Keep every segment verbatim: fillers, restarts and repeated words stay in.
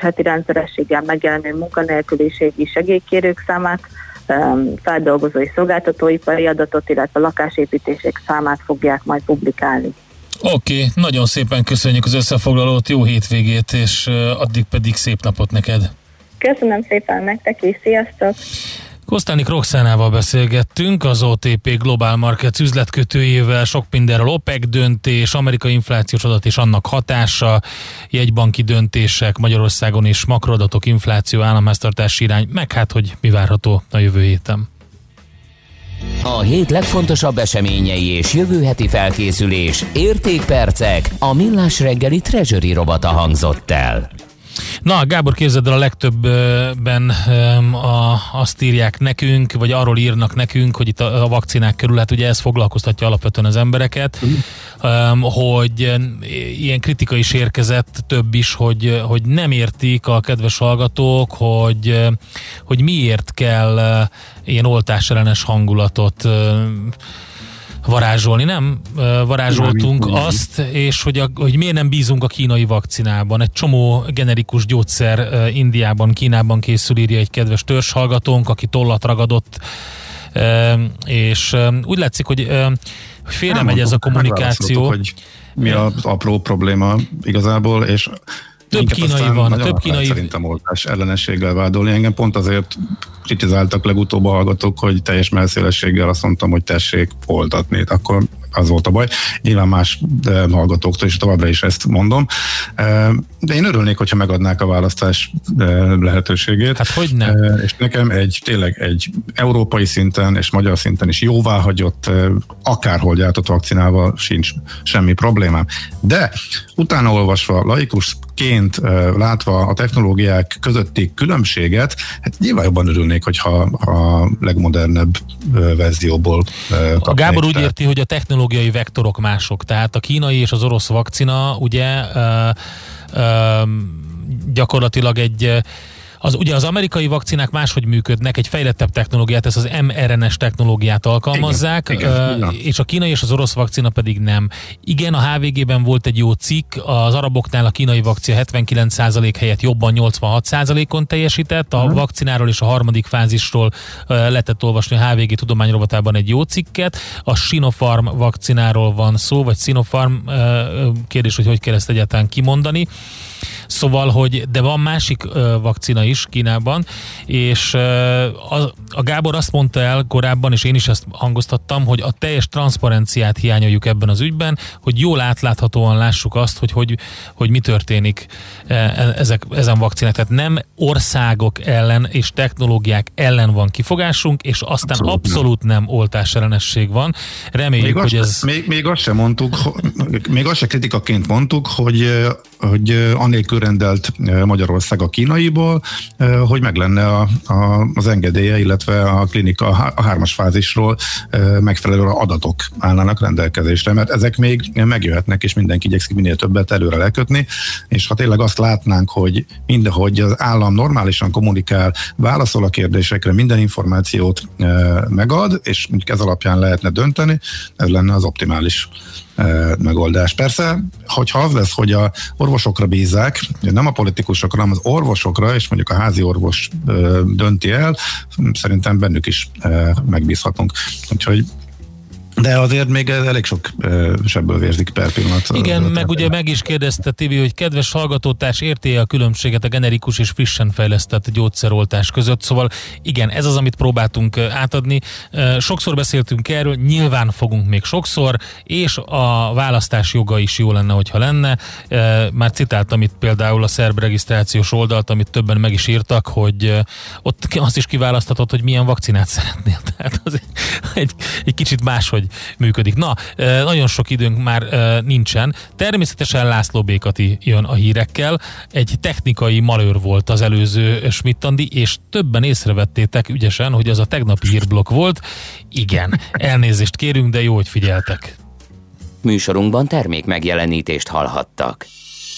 heti rendszerességgel megjelenő munkanélküliségi segélykérők számát, feldolgozói szolgáltatóipari adatot, illetve lakásépítések számát fogják majd publikálni. Oké, okay, nagyon szépen köszönjük az összefoglalót, jó hétvégét, és addig pedig szép napot neked. Köszönöm szépen nektek is, sziasztok! Kosztánik Roxánával beszélgettünk, az o té pé Global Markets üzletkötőjével, sok mindenről, OPEC döntés, amerikai inflációs adat és annak hatása, jegybanki döntések Magyarországon is, makroadatok, infláció, államháztartási irány, meg hát, hogy mi várható a jövő héten. A hét legfontosabb eseményei és jövő heti felkészülés, értékpercek, a Millás reggeli Treasury robata hangzott el. Na, Gábor, képzeld el, a legtöbbben a, azt írják nekünk, vagy arról írnak nekünk, hogy itt a, a vakcinák körül, hát ugye ez foglalkoztatja alapvetően az embereket, mm. hogy ilyen kritika is érkezett, több is, hogy, hogy nem értik a kedves hallgatók, hogy, hogy miért kell ilyen oltásellenes hangulatot varázsolni, nem? Varázsoltunk nem, azt, és hogy, a, hogy miért nem bízunk a kínai vakcinában. Egy csomó generikus gyógyszer Indiában, Kínában készül, írja egy kedves törzshallgatónk, aki tollat ragadott, és úgy látszik, hogy félre megy ez a kommunikáció. Hogy mi az apró probléma igazából, és több kínai van, több kínai... Szerintem oltás ellenességgel vádolni. Engem pont azért kritizáltak legutóbb a hallgatók, hogy teljes melszélességgel azt mondtam, hogy tessék oltatni. Akkor az volt a baj. Nyilván más hallgatóktól is továbbra is ezt mondom. De én örülnék, hogyha megadnák a választás lehetőségét. Hát hogy nem? És nekem egy tényleg egy európai szinten és magyar szinten is jóváhagyott, akárhol gyártott vakcinával sincs semmi problémám. De utána olvasva, laikusként látva a technológiák közötti különbséget, hát nyilván jobban örülnék, hogyha a legmodernebb verzióból kapnék. A Gábor úgy érti, hogy a technológiai vektorok mások, tehát a kínai és az orosz vakcina ugye ö, ö, gyakorlatilag egy Az, ugye az amerikai vakcinák máshogy működnek, egy fejlettebb technológiát, ezt az em er en es technológiát alkalmazzák, igen, igen, és a kínai és az orosz vakcina pedig nem. Igen, a há vé gében volt egy jó cikk, az araboknál a kínai vakcina hetvenkilenc százalék helyett jobban nyolcvanhat százalékon teljesített, a uh-huh. vakcináról és a harmadik fázisról lehetett olvasni a há vé gé tudományrovatában egy jó cikket, a Sinopharm vakcináról van szó, vagy Sinopharm, kérdés, hogy hogy kell ezt egyáltalán kimondani. Szóval, hogy de van másik ö, vakcina is Kínában, és ö, a, a Gábor azt mondta el korábban, és én is ezt hangoztattam, hogy a teljes transzparenciát hiányoljuk ebben az ügyben, hogy jól átláthatóan lássuk azt, hogy, hogy, hogy mi történik ezek, ezen vakcinák. Tehát nem országok ellen és technológiák ellen van kifogásunk, és aztán abszolút, abszolút nem, nem oltásellenesség van. Reméljük, még hogy ez... Még, még azt sem mondtuk, még azt sem kritikaként mondtuk, hogy, hogy anélkül rendelt Magyarország a kínaiból, hogy meg lenne a, a, az engedélye, illetve a klinika a hármas fázisról megfelelő adatok állnának rendelkezésre, mert ezek még megjöhetnek, és mindenki igyekszik minél többet előre lekötni, és ha tényleg azt látnánk, hogy mindehogy az állam normálisan kommunikál, válaszol a kérdésekre, minden információt megad, és ez alapján lehetne dönteni, ez lenne az optimális megoldás. Persze, hogyha az lesz, hogy a orvosokra bízzák, nem a politikusokra, hanem az orvosokra, és mondjuk a házi orvos dönti el, szerintem bennük is megbízhatunk. Úgyhogy de azért még elég sok sebből vérzik per pillanat. Igen, meg ugye meg is kérdezte Tibi, hogy kedves hallgatótárs, érti a különbséget a generikus és frissen fejlesztett gyógyszeroltás között, szóval igen, ez az, amit próbáltunk átadni. Sokszor beszéltünk erről, nyilván fogunk még sokszor, és a választás joga is jó lenne, hogyha lenne. Már citáltam itt például a szerb regisztrációs oldalt, amit többen meg is írtak, hogy ott azt is kiválaszthatod, hogy milyen vakcinát szeretnél. Tehát az egy, egy kicsit máshogy működik. Na, nagyon sok időnk már nincsen. Természetesen László Békati jön a hírekkel. Egy technikai malőr volt az előző Schmidt-Andi, és többen észrevettétek ügyesen, hogy az a tegnapi hírblokk volt. Igen, elnézést kérünk, de jó, hogy figyeltek. Műsorunkban termék megjelenítést hallhattak.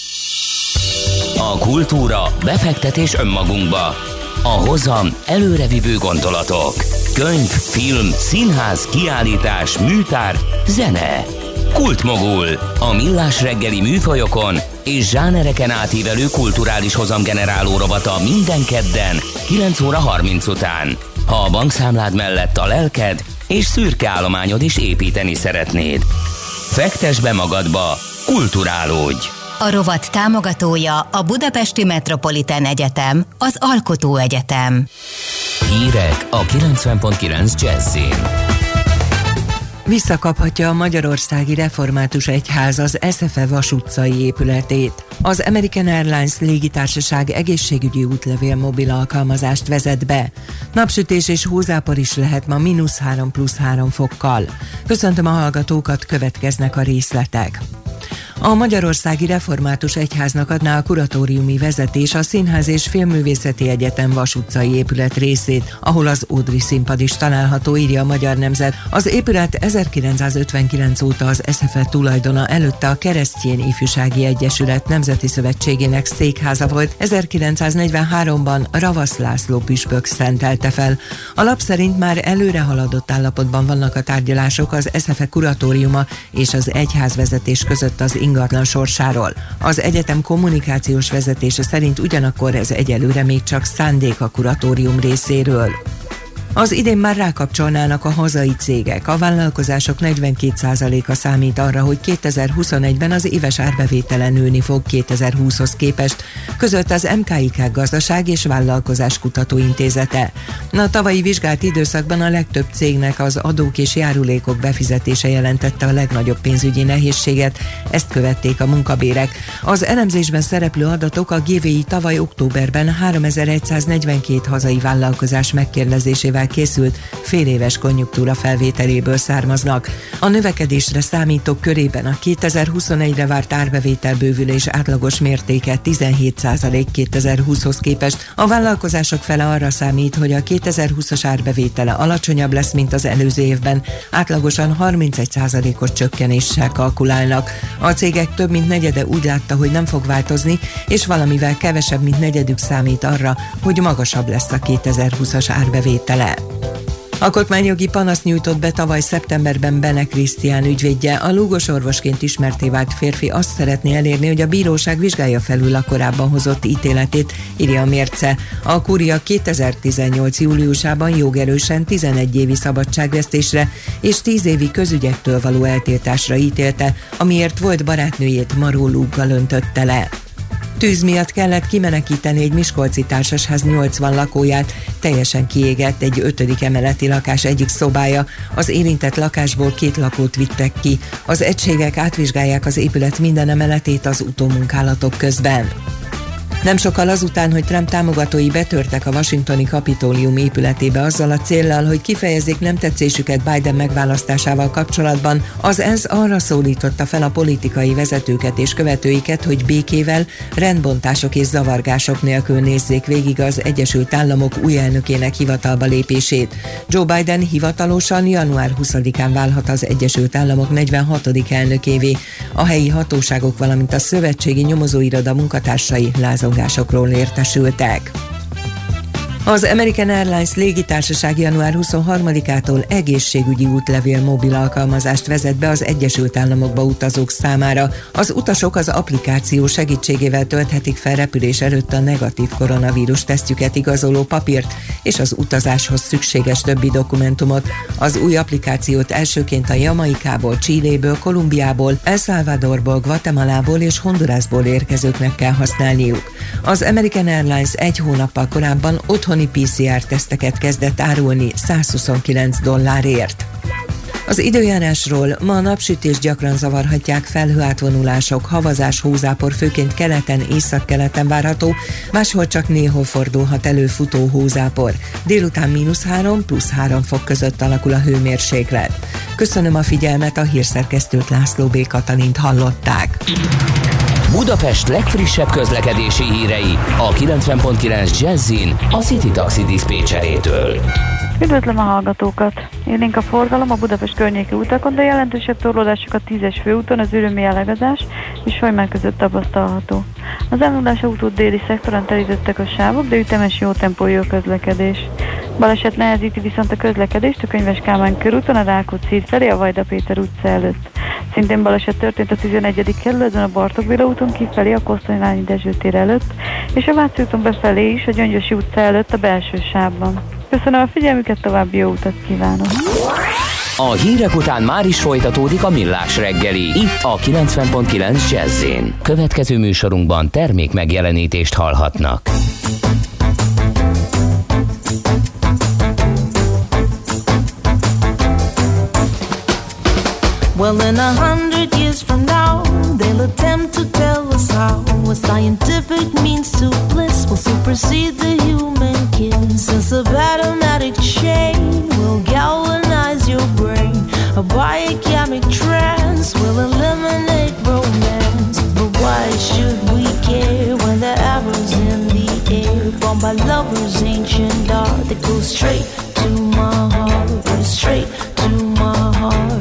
A kultúra, befektetés önmagunkba. A hozam, előrevívő gondolatok. Könyv, film, színház, kiállítás, műtár, zene. Kultmogul. A millás reggeli műfajokon és zsánereken átívelő kulturális hozamgeneráló rovata minden kedden kilenc óra harminc után. Ha a bankszámlád mellett a lelked és szürke állományod is építeni szeretnéd. Fektesd be magadba, kulturálódj! A rovat támogatója a Budapesti Metropolitán Egyetem, az Alkotó Egyetem. Hírek a kilencven pont kilenc Jazzin. Visszakaphatja a Magyarországi Református Egyház az es ef e Vas utcai épületét. Az American Airlines légitársaság egészségügyi útlevél mobil alkalmazást vezet be. Napsütés és hózápor is lehet ma mínusz három plusz három fokkal. Köszöntöm a hallgatókat, következnek a részletek. A Magyarországi Református Egyháznak adná a kuratóriumi vezetés a Színház és Filmművészeti Egyetem Vas utcai épület részét, ahol az Ódri színpad is található, írja a Magyar Nemzet. Az épület ezerkilencszázötvenkilenc óta az es ef e tulajdona, előtte a Keresztyén Ifjúsági Egyesület Nemzeti Szövetségének székháza volt, ezerkilencszáznegyvenháromban Ravasz László püspök szentelte fel. A lap szerint már előre haladott állapotban vannak a tárgyalások az es ef e kuratóriuma és az egyházvezetés között az ingatlan sorsáról. Az egyetem kommunikációs vezetése szerint ugyanakkor ez egyelőre még csak szándék a kuratórium részéről. Az idén már rákapcsolnának a hazai cégek. A vállalkozások negyvenkét százaléka számít arra, hogy kétezer-huszonegyben az éves árbevétele nőni fog kétezer-húszhoz képest, között az em ká i ká Gazdaság és Vállalkozás Kutatóintézete. A tavalyi vizsgált időszakban a legtöbb cégnek az adók és járulékok befizetése jelentette a legnagyobb pénzügyi nehézséget, ezt követték a munkabérek. Az elemzésben szereplő adatok a gé vé i tavaly októberben háromezer-száznegyvenkét hazai vállalkozás megkérdezésével készült féléves konjunktúra felvételéből származnak. A növekedésre számítók körében a kétezer-huszonegyre várt árbevételbővülés átlagos mértéke tizenhét százalék kétezer-húszhoz képest. A vállalkozások fele arra számít, hogy a kétezer-húszas árbevétele alacsonyabb lesz, mint az előző évben, átlagosan harmincegy százalékos csökkenéssel kalkulálnak. A cégek több mint negyede úgy látta, hogy nem fog változni, és valamivel kevesebb, mint negyedük számít arra, hogy magasabb lesz a kétezer-húszas árbevétele. Alkotmányjogi panaszt nyújtott be tavaly szeptemberben Bene Krisztián ügyvédje. A lúgos orvosként ismertté vált férfi azt szeretné elérni, hogy a bíróság vizsgálja felül a korábban hozott ítéletét, írja a Mérce. A kúria kétezer-tizennyolc júliusában jogerősen tizenegy évi szabadságvesztésre és tíz évi közügyektől való eltiltásra ítélte, amiért volt barátnőjét marólúggal öntötte le. Tűz miatt kellett kimenekíteni egy miskolci társasház nyolcvan lakóját, teljesen kiégett egy ötödik emeleti lakás egyik szobája, az érintett lakásból két lakót vittek ki. Az egységek átvizsgálják az épület minden emeletét az utómunkálatok közben. Nem sokkal azután, hogy Trump támogatói betörtek a washingtoni Kapitólium épületébe azzal a céllal, hogy kifejezzék nem tetszésüket Biden megválasztásával kapcsolatban, az ENSZ arra szólította fel a politikai vezetőket és követőiket, hogy békével, rendbontások és zavargások nélkül nézzék végig az Egyesült Államok új elnökének hivatalba lépését. Joe Biden hivatalosan január huszadikán válhat az Egyesült Államok negyvenhatodik elnökévé. A helyi hatóságok, valamint a szövetségi nyomozóiroda munkatársai lázongásokról értesültek. Az American Airlines légitársaság január huszonharmadikától egészségügyi útlevél mobil alkalmazást vezet be az Egyesült Államokba utazók számára. Az utasok az applikáció segítségével tölthetik fel repülés előtt a negatív koronavírus tesztjüket igazoló papírt és az utazáshoz szükséges többi dokumentumot. Az új applikációt elsőként a Jamaikából, Chiléből, Kolumbiából, El Salvadorból, Guatemalából és Hondurasból érkezőknek kell használniuk. Az American Airlines egy hónappal korábban otthon pé cé er-teszteket kezdett árulni százhuszonkilenc dollárért. Az időjárásról: ma a napsütés gyakran zavarhatják, felhőátvonulások, havazás, hózápor főként keleten, északkeleten várható, máshol csak néhol fordulhat elő futó hózápor. Délután mínusz három plusz három fok között alakul a hőmérséklet. Köszönöm a figyelmet, a hírszerkesztőt, László B. Katalint hallották. Budapest legfrissebb közlekedési hírei a kilencven pont kilenc Jazzin a City Taxi diszpécserétől. Üdvözlöm a hallgatókat! Élénk a forgalom a Budapest környéki utakon, de jelentősebb torlódások a tízes főúton, az Ürömi Elegazás és Fajmán között tapasztalható. Az elindulás autó déli szektoron telítettek a sávok, de ütemes, jó tempójú a közlekedés. Baleset nehezíti viszont a közlekedést a Könyves Kálmán körúton, a Rákóczi híd felé, a Vajda Péter utca előtt. Szintén baleset történt a tizenegyedik kerületben a Bartók Béla úton kifelé a Kosztolányi Dezső tér előtt, és a Váci úton befelé is a Gyöngyösi utca előtt a belső sávban. Köszönöm a figyelmüket, további jó utat kívánok! A hírek után már is folytatódik a Millás reggeli, itt a kilencven pont kilenc Jazz-én. Következő műsorunkban termék megjelenítést hallhatnak. Well, in a hundred years from now, they'll attempt to tell us how a scientific means to bliss will supersede the human kiss. Since a automatic chain will galvanize your brain, a biochemic trance will eliminate romance. But why should we care when the arrows in the air, formed by lovers' ancient art that goes straight to my heart, straight to my heart?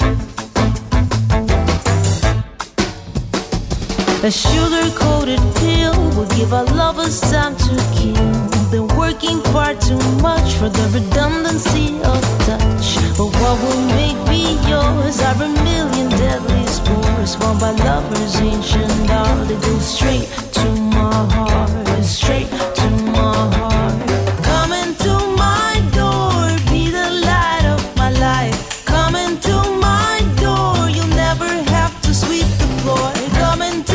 A sugar-coated pill will give our lovers time to kill. They're working far too much for the redundancy of touch. But what will make me yours are a million deadly spores formed by lovers' ancient art. They go straight to my heart, straight to my heart. Come into my door, be the light of my life. Come into my door, you'll never have to sweep the floor. Come into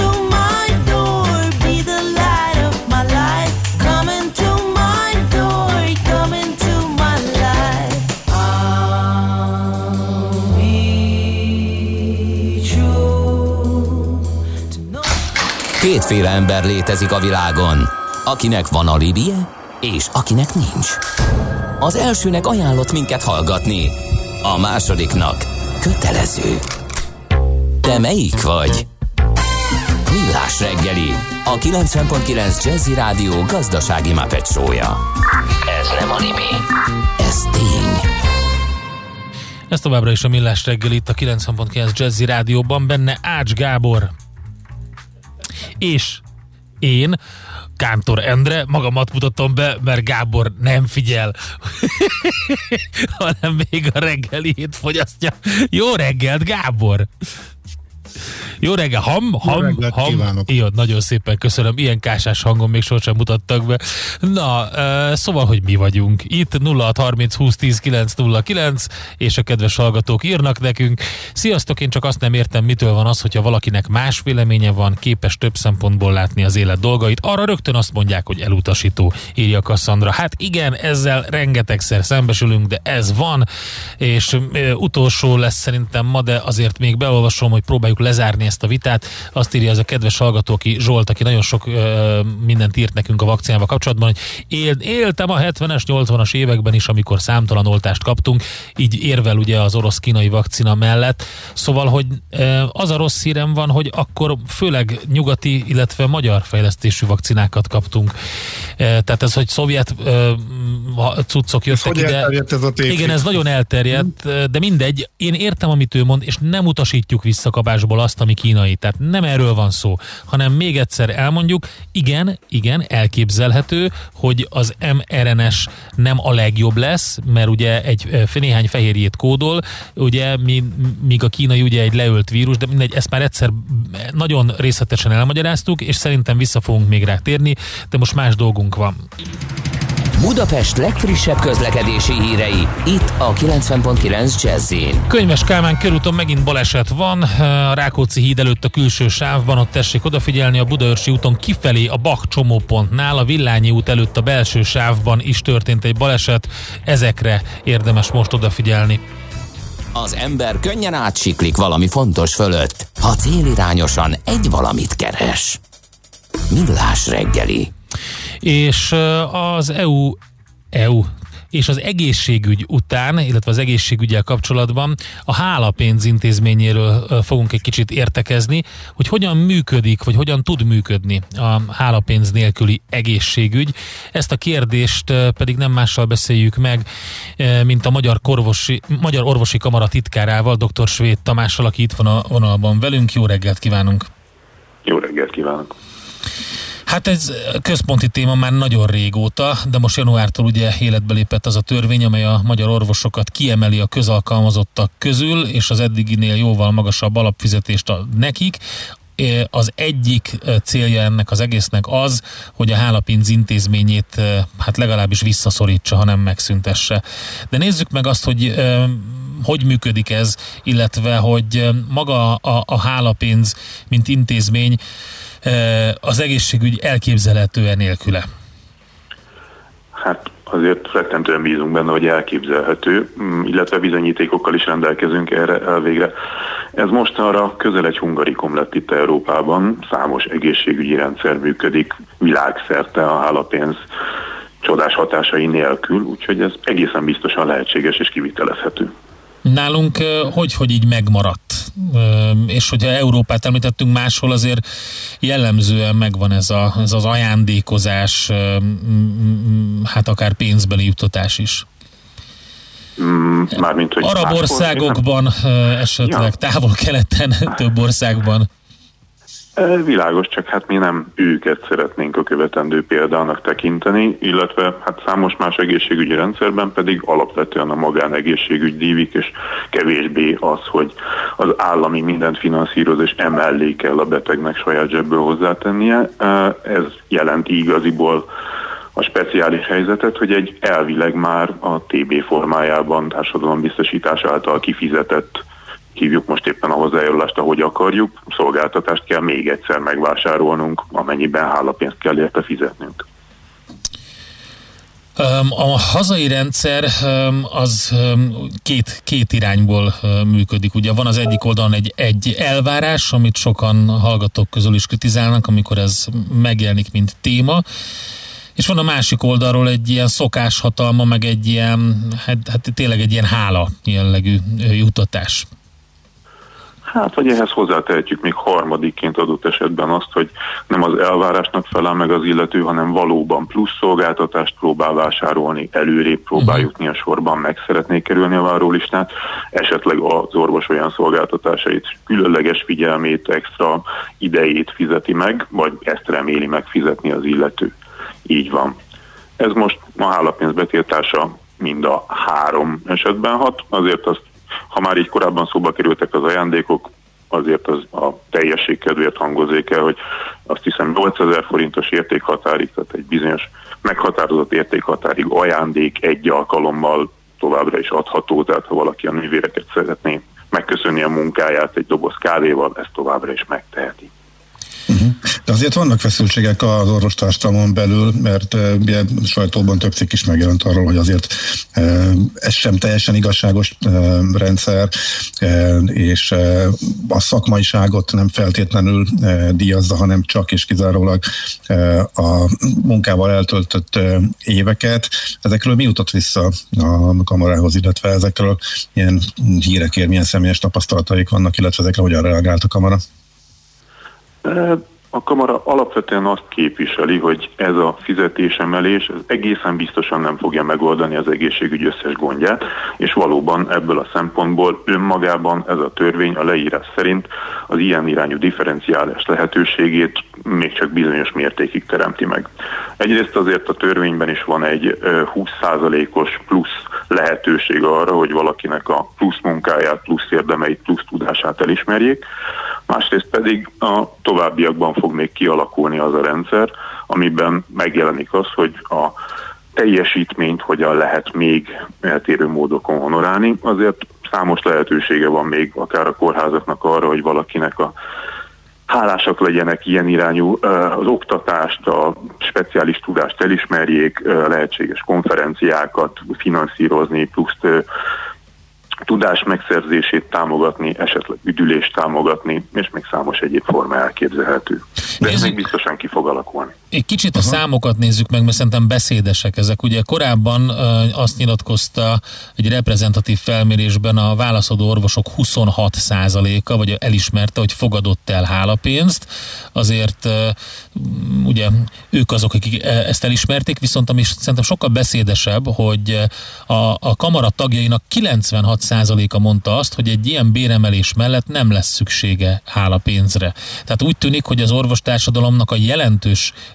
Kétféle ember létezik a világon, akinek van alibije, és akinek nincs. Az elsőnek ajánlott minket hallgatni, a másodiknak kötelező. Te melyik vagy? Millás reggeli, a kilencven pont kilenc Jazzy Rádió gazdasági Muppet show-ja. Ez nem alibi, ez tény. Ez továbbra is a Millás reggeli itt a kilencven pont kilenc Jazzy Rádióban, benne Ács Gábor. És én, Kántor Endre, magamat mutatom be, mert Gábor nem figyel, hanem még a reggelét fogyasztja. Jó reggelt, Gábor! Jó reggel, ham, ham, Jó ham. Jó, nagyon szépen köszönöm, ilyen kásás hangon még sosem mutattak be. Na, uh, szóval, hogy mi vagyunk itt, nulla hat harminc húsz tíz kilenc nulla kilenc, és a kedves hallgatók írnak nekünk. Sziasztok, én csak azt nem értem, mitől van az, hogyha valakinek más véleménye van, képes több szempontból látni az élet dolgait, arra rögtön azt mondják, hogy elutasító, írja Kasszandra. Hát igen, ezzel rengetegszer szembesülünk, de ez van, és uh, utolsó lesz szerintem ma, de azért még beolvasom, hogy próbáljuk lezárni ezt a vitát. Azt írja ez a kedves hallgató, aki Zsolt, aki nagyon sok ö, mindent írt nekünk a vakcinával kapcsolatban, hogy él, éltem a hetvenes, nyolcvanas években is, amikor számtalan oltást kaptunk, így érvel ugye az orosz-kínai vakcina mellett. Szóval, hogy ö, az a rossz hírem van, hogy akkor főleg nyugati, illetve magyar fejlesztésű vakcinákat kaptunk. E, tehát ez, hogy szovjet ö, cuccok jöttek ez ide. Ez a igen, ez nagyon elterjedt, de mindegy. Én értem, amit ő mond, és nem utasítjuk visszakapásból azt, ami kínai. Tehát nem erről van szó, hanem még egyszer elmondjuk, igen, igen, elképzelhető, hogy az em er en es nem a legjobb lesz, mert ugye egy néhány fehérjét kódol, ugye, míg a kínai ugye egy leölt vírus, de mindegy, ezt már egyszer nagyon részletesen elmagyaráztuk, és szerintem vissza fogunk még rá térni, de most más dolgunk van. Budapest legfrissebb közlekedési hírei, itt a kilencven pont kilenc Jazz-én. Könyves Kálmán körúton megint baleset van, a Rákóczi híd előtt a külső sávban, ott tessék odafigyelni, a Budaörsi úton kifelé a Bach csomópontnál, a Villányi út előtt a belső sávban is történt egy baleset, ezekre érdemes most odafigyelni. Az ember könnyen átsiklik valami fontos fölött, ha célirányosan egy valamit keres. Millás reggeli. És az é u, é u és az egészségügy után, illetve az egészségügyel kapcsolatban a Hála pénzintézményéről fogunk egy kicsit értekezni, hogy hogyan működik, vagy hogyan tud működni a hálapénz nélküli egészségügy. Ezt a kérdést pedig nem mással beszéljük meg, mint a Magyar, Korvosi, Magyar Orvosi Kamara titkárával, dr. Svéd Tamással, aki itt van a vonalban velünk. Jó reggelt kívánunk! Jó reggelt kívánok! Hát ez központi téma már nagyon régóta, de most januártól ugye életbe lépett az a törvény, amely a magyar orvosokat kiemeli a közalkalmazottak közül, és az eddiginél jóval magasabb alapfizetést ad nekik. Az egyik célja ennek az egésznek az, hogy a hálapénz intézményét hát legalábbis visszaszorítsa, ha nem megszüntesse. De nézzük meg azt, hogy hogy működik ez, illetve hogy maga a, a hálapénz, mint intézmény az egészségügy elképzelhető-e nélküle? Hát azért rettentően bízunk benne, hogy elképzelhető, illetve bizonyítékokkal is rendelkezünk erre elvégre. Ez mostanra közel egy hungarikum lett itt Európában, számos egészségügyi rendszer működik világszerte a hálapénz csodás hatásai nélkül, úgyhogy ez egészen biztosan lehetséges és kivitelezhető. Nálunk hogy, hogy így megmaradt? És hogyha Európát említettünk, máshol azért jellemzően megvan ez, a, ez az ajándékozás, hát akár pénzbeli juttatás is. Mm, mármint, hogy arab országokban, esetleg ja. Távol-keleten, több országban. Világos, csak hát mi nem őket szeretnénk a követendő példának tekinteni, illetve hát számos más egészségügyi rendszerben pedig alapvetően a magánegészségügy dívik, és kevésbé az, hogy az állami mindent finanszíroz, és emellé kell a betegnek saját zsebből hozzátennie. Ez jelenti igaziból a speciális helyzetet, hogy egy elvileg már a té bé formájában társadalombiztosítás által kifizetett, hívjuk most éppen a hozzájárulást, ahogy akarjuk, szolgáltatást kell még egyszer megvásárolnunk, amennyiben hálapénzt kell érte fizetnünk. A hazai rendszer az két, két irányból működik. Ugye van az egyik oldalon egy, egy elvárás, amit sokan hallgatók közül is kritizálnak, amikor ez megjelenik, mint téma, és van a másik oldalról egy ilyen szokáshatalma, meg egy ilyen, hát, hát tényleg egy ilyen hála jellegű juttatás. Hát, vagy ehhez hozzátehetjük még harmadikként adott esetben azt, hogy nem az elvárásnak felel meg az illető, hanem valóban plusz szolgáltatást próbál vásárolni, előrébb próbál jutni a sorban, meg szeretné kerülni a várólistát, esetleg az orvos olyan szolgáltatásait, különleges figyelmét, extra idejét fizeti meg, vagy ezt reméli megfizetni az illető. Így van. Ez most a hálapénz betiltása mind a három esetben hat, azért azt, ha már így korábban szóba kerültek az ajándékok, azért az a teljesség kedvéért hangozzék el, hogy azt hiszem nyolcezer forintos értékhatárig, tehát egy bizonyos meghatározott értékhatárig ajándék egy alkalommal továbbra is adható, tehát ha valaki a nővéreket szeretné megköszönni a munkáját egy doboz kávéval, ezt továbbra is megteheti. Uh-huh. De azért vannak feszültségek az orvostársadalmon belül, mert ugye sajtóban több cikk is megjelent arról, hogy azért ez sem teljesen igazságos rendszer, és a szakmaiságot nem feltétlenül díjazza, hanem csak és kizárólag a munkával eltöltött éveket. Ezekről mi jutott vissza a kamarához, illetve ezekről ilyen hírekért, milyen személyes tapasztalataik vannak, illetve ezekre hogyan reagált a kamara? A kamara alapvetően azt képviseli, hogy ez a fizetésemelés ez egészen biztosan nem fogja megoldani az egészségügy összes gondját, és valóban ebből a szempontból önmagában ez a törvény a leírás szerint az ilyen irányú differenciálás lehetőségét még csak bizonyos mértékig teremti meg. Egyrészt azért a törvényben is van egy húsz százalékos plusz lehetőség arra, hogy valakinek a plusz munkáját, plusz érdemeit, plusz tudását elismerjék, másrészt pedig a továbbiakban fog még kialakulni az a rendszer, amiben megjelenik az, hogy a teljesítményt hogyan lehet még eltérő módokon honorálni. Azért számos lehetősége van még akár a kórházaknak arra, hogy valakinek a hálásak legyenek ilyen irányú az oktatást, a speciális tudást elismerjék, lehetséges konferenciákat finanszírozni, plusz tudás megszerzését támogatni, esetleg üdülést támogatni, és még számos egyéb forma elképzelhető. De ez még biztosan ki fog alakulni. Egy kicsit a Aha. számokat nézzük meg, mert szerintem beszédesek ezek. Ugye korábban uh, azt nyilatkozta egy reprezentatív felmérésben a válaszadó orvosok huszonhat százaléka, vagy elismerte, hogy fogadott el hálapénzt. Azért uh, ugye ők azok, akik ezt elismerték, viszont ami szerintem sokkal beszédesebb, hogy a, a kamara tagjainak kilencvenhat százaléka mondta azt, hogy egy ilyen béremelés mellett nem lesz szüksége hálapénzre. Tehát úgy tűnik, hogy az orvostársadalomnak a jelentős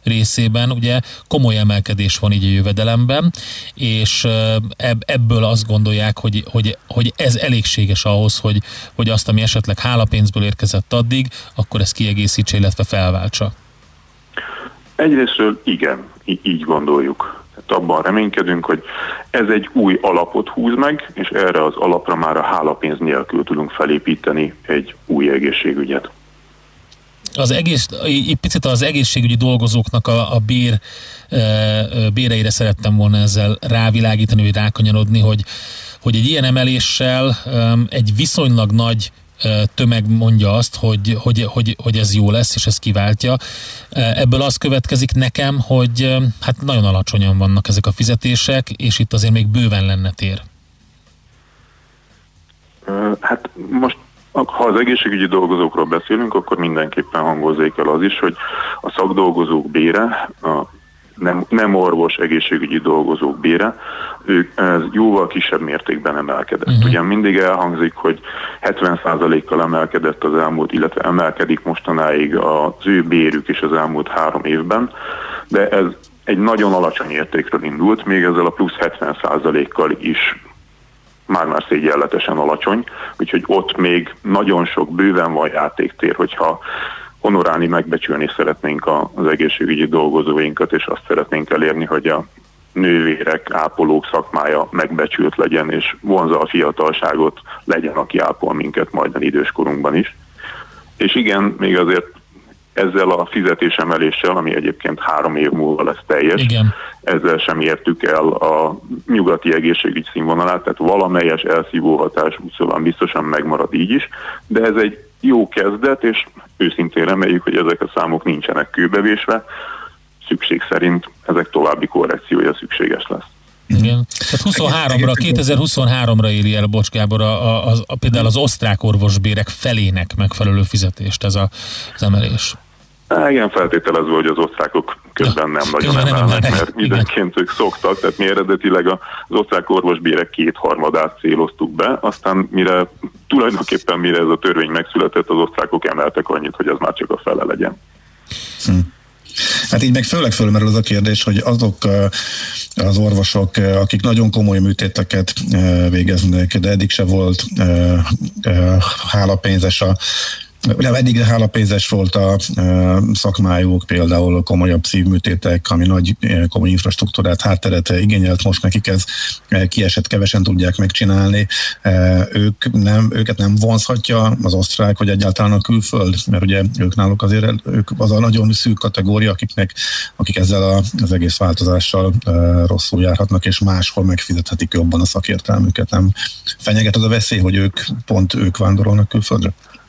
részében ugye komoly emelkedés van így a jövedelemben, és ebből azt gondolják, hogy, hogy, hogy ez elégséges ahhoz, hogy, hogy azt, ami esetleg hálapénzből érkezett addig, akkor ezt kiegészítse, illetve felváltsa. Egyrésztről igen, így gondoljuk. Tehát abban reménykedünk, hogy ez egy új alapot húz meg, és erre az alapra már a hálapénz nélkül tudunk felépíteni egy új egészségügyet. Az egész, egy picit az egészségügyi dolgozóknak a, a bér, béreire szerettem volna ezzel rávilágítani, vagy rákanyarodni, hogy, hogy egy ilyen emeléssel egy viszonylag nagy tömeg mondja azt, hogy, hogy, hogy, hogy ez jó lesz, és ez kiváltja. Ebből az következik nekem, hogy hát nagyon alacsonyan vannak ezek a fizetések, és itt azért még bőven lenne tér. Hát most, ha az egészségügyi dolgozókról beszélünk, akkor mindenképpen hangozzék el az is, hogy a szakdolgozók bére, a nem, nem orvos egészségügyi dolgozók bére, ők ez jóval kisebb mértékben emelkedett. Uh-huh. Ugyan mindig elhangzik, hogy hetven százalékkal emelkedett az elmúlt, illetve emelkedik mostanáig az ő bérük is az elmúlt három évben, de ez egy nagyon alacsony értékről indult, még ezzel a plusz hetven százalékkal is már-már szégyenletesen alacsony, úgyhogy ott még nagyon sok, bőven van játéktér, hogyha honorálni, megbecsülni szeretnénk az egészségügyi dolgozóinkat, és azt szeretnénk elérni, hogy a nővérek, ápolók szakmája megbecsült legyen, és vonzza a fiatalságot, legyen, aki ápol minket majd időskorunkban is. És igen, még azért ezzel a fizetésemeléssel, ami egyébként három év múlva lesz teljes, igen, ezzel sem értük el a nyugati egészségügy színvonalát, tehát valamelyes elszívó hatás úgyszóval biztosan megmarad így is, de ez egy jó kezdet, és őszintén reméljük, hogy ezek a számok nincsenek kőbevésve, szükség szerint ezek további korrekciója szükséges lesz. Igen. Tehát huszonháromra, kétezer-huszonháromra éri el, Bocs Gábor, a, a, a, a, például az osztrák orvosbérek felének megfelelő fizetést ez a, az emelés. Há, igen, feltételezve, hogy az osztrákok közben nem nagyon emelnek, mert időnként ők szoktak, tehát mi eredetileg az osztrák orvosbérek kétharmadát céloztuk be, aztán mire tulajdonképpen mire ez a törvény megszületett, az osztrákok emeltek annyit, hogy az már csak a fele legyen. Hm. Hát így meg főleg fölmerül az a kérdés, hogy azok az orvosok, akik nagyon komoly műtéteket végeznek, de eddig se volt hálapénzes a Ugye eddig hálapénzes volt a e, szakmájuk, például komolyabb szívműtétek, ami nagy e, komoly infrastruktúrát, hátteret igényelt, most nekik ez e, kiesett, kevesen tudják megcsinálni. E, ők nem, őket nem vonzhatja az osztrák, vagy egyáltalán a külföld, mert ugye ők náluk azért ők az a nagyon szűk kategória, akiknek, akik ezzel a, az egész változással e, rosszul járhatnak, és máshol megfizethetik jobban a szakértelmüket. Nem fenyeget az a veszély, hogy ők pont ők vándorolnak külföldre?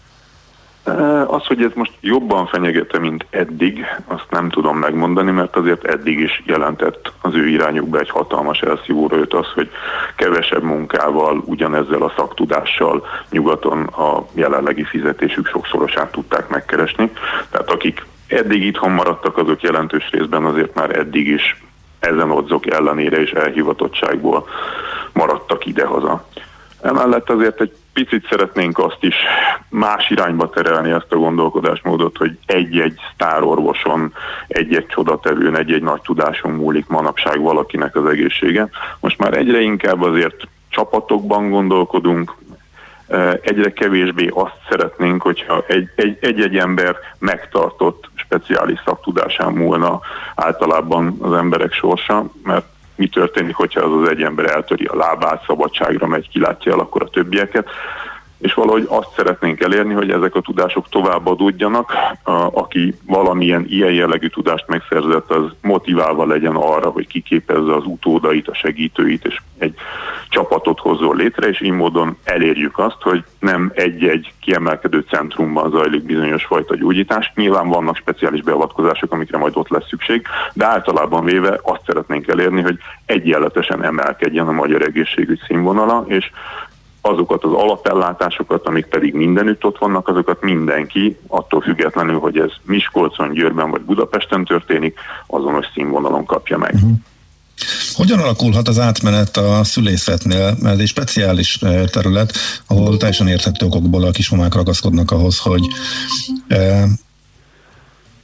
Az, hogy ez most jobban fenyegete, mint eddig, azt nem tudom megmondani, mert azért eddig is jelentett az ő irányukba egy hatalmas elszívóerőt az, hogy kevesebb munkával, ugyanezzel a szaktudással nyugaton a jelenlegi fizetésük sokszorosát tudták megkeresni. Tehát akik eddig itthon maradtak, azok jelentős részben azért már eddig is ezen odzok ellenére és elhivatottságból maradtak idehaza. Emellett azért egy picit szeretnénk azt is más irányba terelni ezt a gondolkodásmódot, hogy egy-egy sztárorvoson, egy-egy csodatevőn, egy-egy nagy tudáson múlik manapság valakinek az egészsége. Most már egyre inkább azért csapatokban gondolkodunk, egyre kevésbé azt szeretnénk, hogyha egy, egy, egy-egy ember megtartott speciális szaktudásán múlna általában az emberek sorsa, mert mi történik, hogyha az az egy ember eltöri a lábát, szabadságra megy, kilátja el akkor a többieket, és valahogy azt szeretnénk elérni, hogy ezek a tudások továbbadódjanak, a, aki valamilyen ilyen jellegű tudást megszerzett, az motiválva legyen arra, hogy kiképezze az utódait, a segítőit, és egy csapatot hozzon létre, és így módon elérjük azt, hogy nem egy-egy kiemelkedő centrumban zajlik bizonyos fajta gyógyítás. Nyilván vannak speciális beavatkozások, amikre majd ott lesz szükség, de általában véve azt szeretnénk elérni, hogy egyenletesen emelkedjen a magyar egészségügy színvonala, és azokat az alapellátásokat, amik pedig mindenütt ott vannak, azokat mindenki, attól függetlenül, hogy ez Miskolcon, Győrben vagy Budapesten történik, azonos színvonalon kapja meg. Uh-huh. Hogyan alakulhat az átmenet a szülészetnél? Ez egy speciális terület, ahol teljesen érthető okokból a kismamák ragaszkodnak ahhoz, hogy e,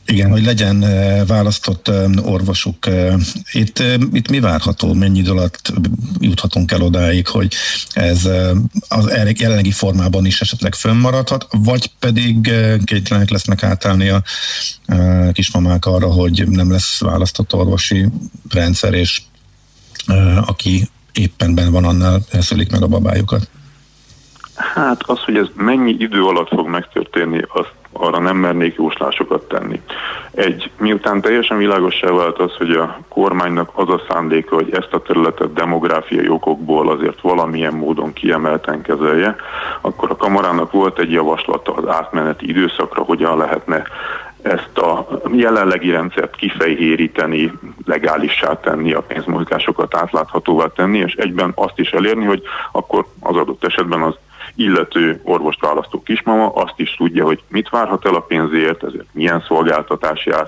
Igen, hogy legyen választott orvosuk. Itt, itt mi várható? Mennyi idő alatt juthatunk el odáig, hogy ez az jelenlegi formában is esetleg fönnmaradhat, vagy pedig kénytelenek lesznek átállni a kismamák arra, hogy nem lesz választott orvosi rendszer, és aki éppen benn van, annál szülik meg a babájukat? Hát az, hogy ez mennyi idő alatt fog megtörténni, azt arra nem mernék jóslásokat tenni. Egy, miután teljesen világossá vált az, hogy a kormánynak az a szándéka, hogy ezt a területet demográfiai okokból azért valamilyen módon kiemelten kezelje, akkor a kamarának volt egy javaslata az átmeneti időszakra, hogyan lehetne ezt a jelenlegi rendszert kifejhéríteni, legálissá tenni, a pénzmozgásokat átláthatóvá tenni, és egyben azt is elérni, hogy akkor az adott esetben az illető orvost választó kismama azt is tudja, hogy mit várhat el a pénzért, ezért milyen szolgáltatás jár.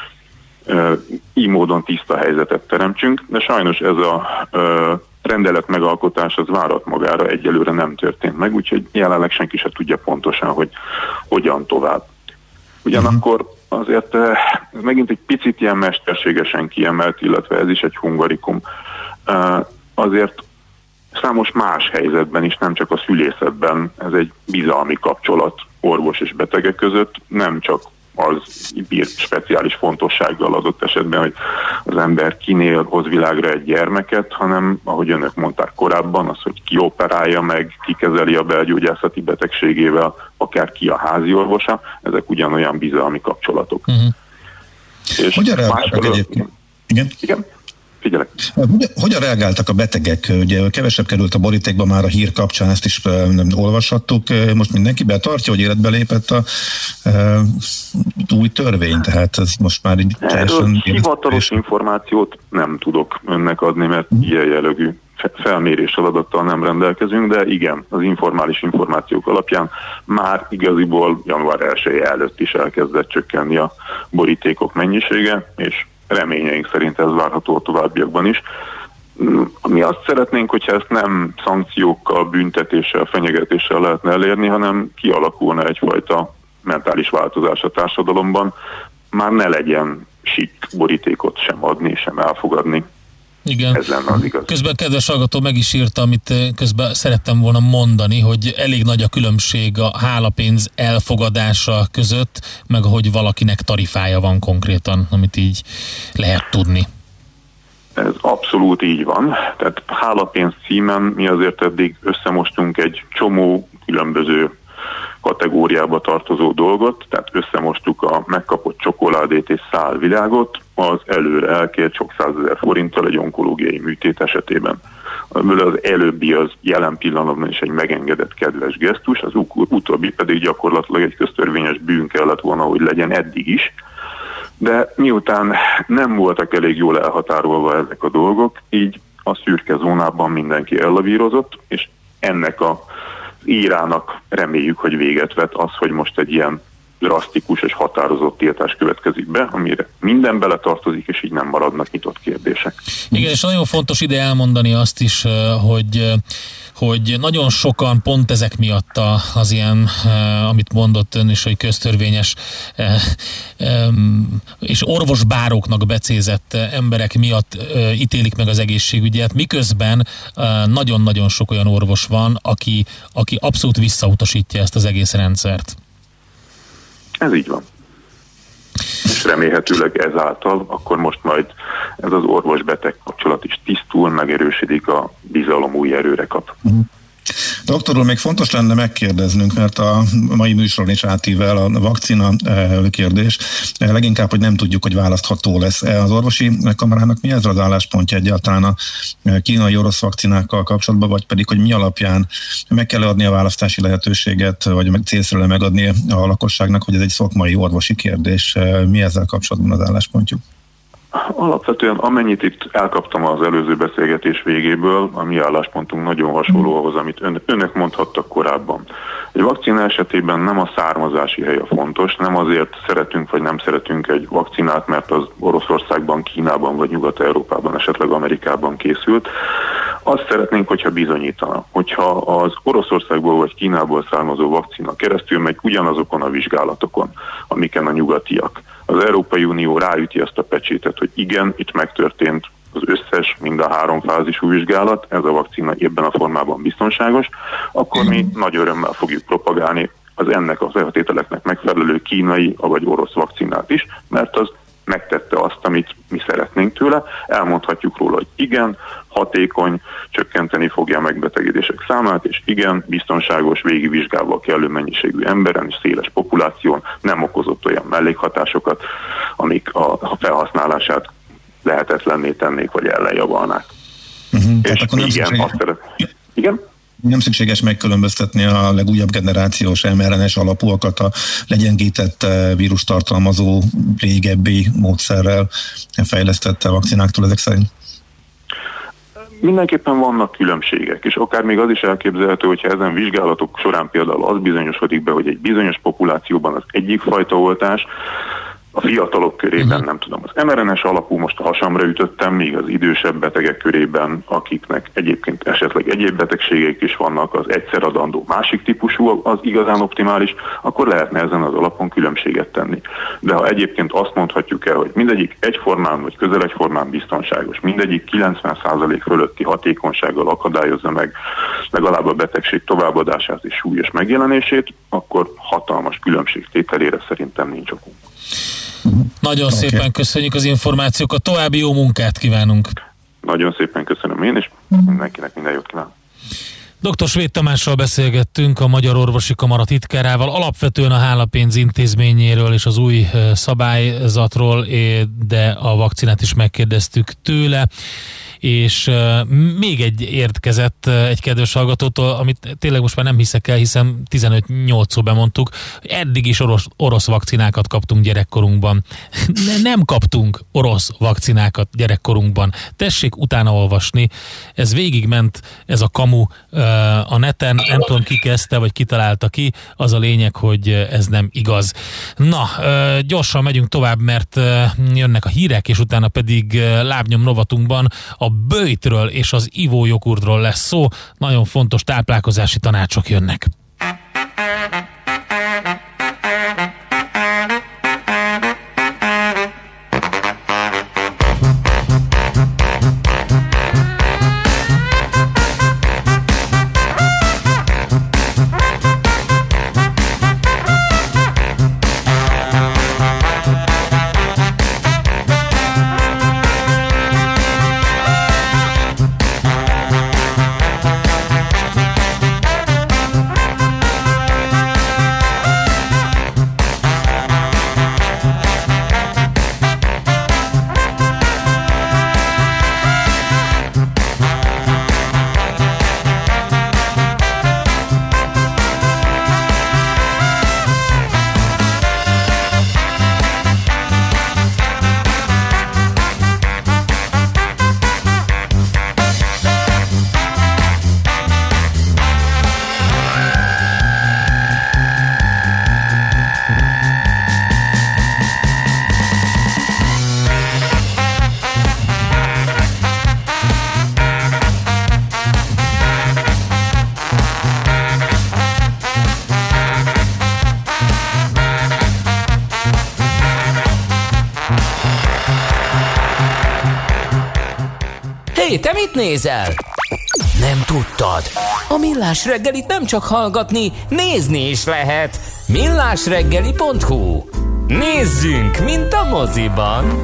Így módon tiszta helyzetet teremtsünk, de sajnos ez a rendelet megalkotás az várat magára egyelőre nem történt meg, úgyhogy jelenleg senki sem tudja pontosan, hogy hogyan tovább. Ugyanakkor azért ez megint egy picit ilyen mesterségesen kiemelt, illetve ez is egy hungarikum. Azért számos más helyzetben is, nem csak a szülészetben, ez egy bizalmi kapcsolat orvos és betegek között, nem csak az bír speciális fontossággal adott esetben, hogy az ember kinél hoz világra egy gyermeket, hanem, ahogy önök mondták korábban, az, hogy ki operálja meg, ki kezeli a belgyógyászati betegségével, akár ki a házi orvosa, ezek ugyanolyan bizalmi kapcsolatok. Uh-huh. És hogyan reagáltak egyébként? Igen? Igen? Figyelek. Hogyan reagáltak a betegek? Ugye kevesebb került a borítékba már a hír kapcsán, ezt is nem olvashattuk. Most mindenki betartja, hogy életbe lépett a e, új törvény, tehát ez most már így teljesen... Hivatalos információt nem tudok önnek adni, mert hmm. ilyen jellegű felmérés adattal nem rendelkezünk, de igen, az informális információk alapján már igaziból január elseje előtt is elkezdett csökkenni a borítékok mennyisége, és reményeink szerint ez várható a továbbiakban is. Mi azt szeretnénk, hogyha ezt nem szankciókkal, büntetéssel, fenyegetéssel lehetne elérni, hanem kialakulna egyfajta mentális változás a társadalomban. Már ne legyen sik borítékot sem adni, sem elfogadni. Igen. Ez lenne az igaz. Közben kedves hallgató meg is írta, amit közben szerettem volna mondani, hogy elég nagy a különbség a hálapénz elfogadása között, meg hogy valakinek tarifája van konkrétan, amit így lehet tudni. Ez abszolút így van. Tehát hálapénz címen mi azért eddig összemostunk egy csomó különböző kategóriába tartozó dolgot, tehát összemostuk a megkapott csokoládét és szálvilágot az előre elkért sok százezer forinttal egy onkológiai műtét esetében. Az előbbi az jelen pillanatban is egy megengedett kedves gesztus, az utóbbi pedig gyakorlatilag egy köztörvényes bűn kellett volna, hogy legyen eddig is, de miután nem voltak elég jól elhatárolva ezek a dolgok, így a szürke zónában mindenki ellavírozott, és ennek a írának reméljük, hogy véget vet az, hogy most egy ilyen drasztikus és határozott tiltás következik be, amire minden beletartozik, és így nem maradnak nyitott kérdések. Igen, és nagyon fontos ide elmondani azt is, hogy hogy nagyon sokan pont ezek miatt az ilyen, amit mondott ön is, hogy köztörvényes és orvosbáróknak becézett emberek miatt ítélik meg az egészségügyet, miközben nagyon-nagyon sok olyan orvos van, aki, aki abszolút visszautasítja ezt az egész rendszert. Ez így van. És remélhetőleg ezáltal akkor most majd ez az orvos-beteg kapcsolat is tisztul, megerősödik, a bizalom új erőre kap. Uh-huh. Doktor úr, még fontos lenne megkérdeznünk, mert a mai műsoron is átível a vakcina kérdés. Leginkább, hogy nem tudjuk, hogy választható lesz. Az orvosi kamarának mi ez az álláspontja egyáltalán a kínai orosz vakcinákkal kapcsolatban, vagy pedig, hogy mi alapján meg kell adni a választási lehetőséget, vagy meg célszerűen megadni a lakosságnak, hogy ez egy szakmai orvosi kérdés. Mi ezzel kapcsolatban az álláspontjuk? Alapvetően amennyit itt elkaptam az előző beszélgetés végéből, a mi álláspontunk nagyon hasonló ahhoz, amit ön, önök mondhattak korábban. Egy vakcina esetében nem a származási hely a fontos, nem azért szeretünk vagy nem szeretünk egy vakcinát, mert az Oroszországban, Kínában vagy Nyugat-Európában, esetleg Amerikában készült. Azt szeretnénk, hogyha bizonyítana, hogyha az Oroszországból vagy Kínából származó vakcina keresztül megy ugyanazokon a vizsgálatokon, amiken a nyugatiak az Európai Unió ráüti azt a pecsétet, hogy igen, itt megtörtént az összes, mind a három fázisú vizsgálat, ez a vakcina ebben a formában biztonságos, akkor mi nagy örömmel fogjuk propagálni az ennek a feltételeknek megfelelő kínai vagy orosz vakcinát is, mert az megtette azt, amit mi szeretnénk tőle. Elmondhatjuk róla, hogy igen, hatékony, csökkenteni fogja a megbetegedések számát, és igen, biztonságos, végigvizsgálva kellő mennyiségű emberen és széles populáción nem okozott olyan mellékhatásokat, amik a, a felhasználását lehetetlenné tennék, vagy ellenjavalnák. Uh-huh, és akkor nem igen, szükséges, azt szeret... Igen? Nem szükséges megkülönböztetni a legújabb generációs em er en es alapúakat a legyengített vírus tartalmazó régebbi módszerrel fejlesztett vakcináktól ezek szerint? Mindenképpen vannak különbségek, és akár még az is elképzelhető, hogyha ezen vizsgálatok során például az bizonyosodik be, hogy egy bizonyos populációban az egyik fajta oltás, a fiatalok körében, uh-huh. nem tudom, az em er en es alapú, most a hasamra ütöttem, még az idősebb betegek körében, akiknek egyébként esetleg egyéb betegségek is vannak, az egyszer adandó másik típusú az igazán optimális, akkor lehetne ezen az alapon különbséget tenni. De ha egyébként azt mondhatjuk el, hogy mindegyik egyformán vagy közel egyformán biztonságos, mindegyik kilencven százalék fölötti hatékonysággal akadályozza meg legalább a betegség továbbadását és súlyos megjelenését, akkor hatalmas különbségtételére szerintem nincs okunk. Nagyon okay. szépen köszönjük az információkat, további jó munkát kívánunk. Nagyon szépen köszönöm én, és mindenkinek minden jót kívánok. doktor Svéd Tamással beszélgettünk, a Magyar Orvosi Kamara titkárával, alapvetően a hálapénz intézményéről és az új szabályzatról, de a vakcinát is megkérdeztük tőle. És uh, még egy érkezett uh, egy kedves hallgatótól, amit tényleg most már nem hiszek el, hiszen tizenöt nyolcszor bemondtuk, eddig is orosz, orosz vakcinákat kaptunk gyerekkorunkban. Ne, nem kaptunk orosz vakcinákat gyerekkorunkban. Tessék utána olvasni. Ez végigment, ez a kamu uh, a neten, nem tudom ki kezdte, vagy kitalálta ki, az a lényeg, hogy ez nem igaz. Na, uh, gyorsan megyünk tovább, mert uh, jönnek a hírek, és utána pedig uh, lábnyom rovatunkban a böjtről és az ivójoghurtról lesz szó. Nagyon fontos táplálkozási tanácsok jönnek. Hé, te mit nézel? Nem tudtad? A Millás reggelit nem csak hallgatni, nézni is lehet. millásreggeli pont hu. Nézzünk, mint a moziban!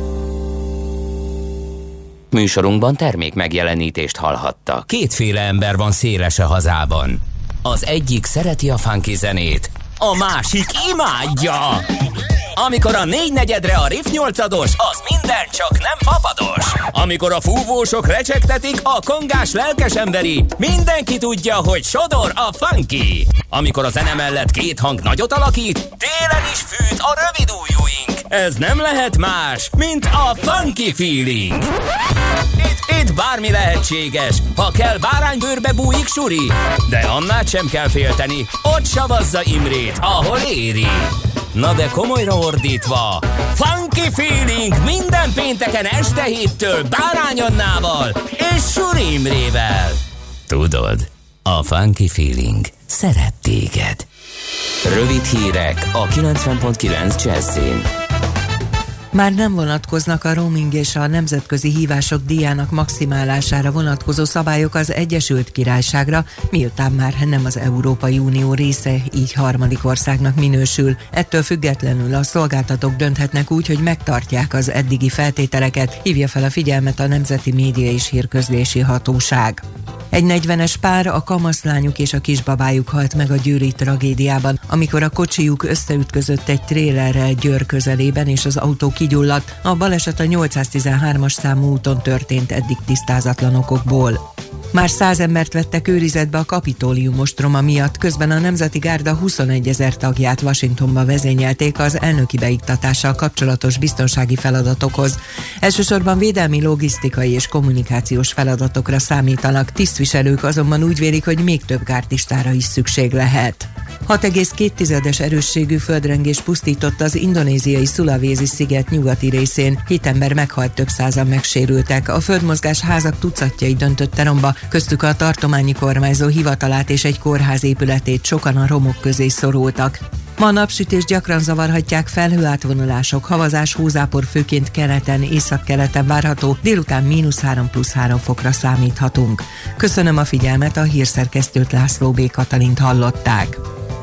Műsorunkban termék megjelenítést hallhattak. Kétféle ember van széles a hazában. Az egyik szereti a funky zenét, a másik imádja. Amikor a négynegyedre a Riff nyolcados, az minden csak nem fapados. Amikor a fúvósok recsegtetik, a kongás lelkes emberi, mindenki tudja, hogy sodor a funky. Amikor a zene mellett két hang nagyot alakít, télen is fűt a rövid ujjúink. Ez nem lehet más, mint a funky feeling. Itt, itt bármi lehetséges, ha kell báránybőrbe bújik suri, de annál sem kell félteni, ott savazza Imrét, ahol éri. Na de komolyra ordítva, funky feeling minden pénteken este héttől Bárány Annával és Suri Imrével. Tudod, a funky feeling szeret téged. Rövid hírek a kilencven pont kilenc Jazzin. Már nem vonatkoznak a roaming és a nemzetközi hívások díjának maximálására vonatkozó szabályok az Egyesült Királyságra, miután már nem az Európai Unió része, így harmadik országnak minősül. Ettől függetlenül a szolgáltatók dönthetnek úgy, hogy megtartják az eddigi feltételeket, hívja fel a figyelmet a Nemzeti Média és Hírközlési Hatóság. Egy negyvenes pár, a kamaszlányuk és a kisbabájuk halt meg a győri tragédiában, amikor a kocsijuk összeütközött egy trélerrel Győr közelében, és az autó kigyulladt. A baleset a nyolcszáztizenhármas számú úton történt eddig tisztázatlan okokból. Már száz embert vettek őrizetbe a Kapitólium ostroma miatt, közben a Nemzeti Gárda huszonegyezer tagját Washingtonba vezényelték az elnöki beiktatással kapcsolatos biztonsági feladatokhoz. Elsősorban védelmi, logisztikai és kommunikációs feladatokra számítanak, tisztviselők azonban úgy vélik, hogy még több gárdistára is szükség lehet. hat egész két erősségű földrengés pusztított az indonéziai Sulawesi sziget nyugati részén. Hét ember meghalt, több százan megsérültek. A földmozgás házak tucatjai döntötte romba, köztük a tartományi kormányzó hivatalát és egy kórház épületét, sokan a romok közé szorultak. Ma a napsütés gyakran zavarhatják felhőátvonulások, havazás, hózápor főként keleten, északkeleten várható, délután mínusz három plusz három fokra számíthatunk. Köszönöm a figyelmet, a hírszerkesztőt, László B. Katalint hallották.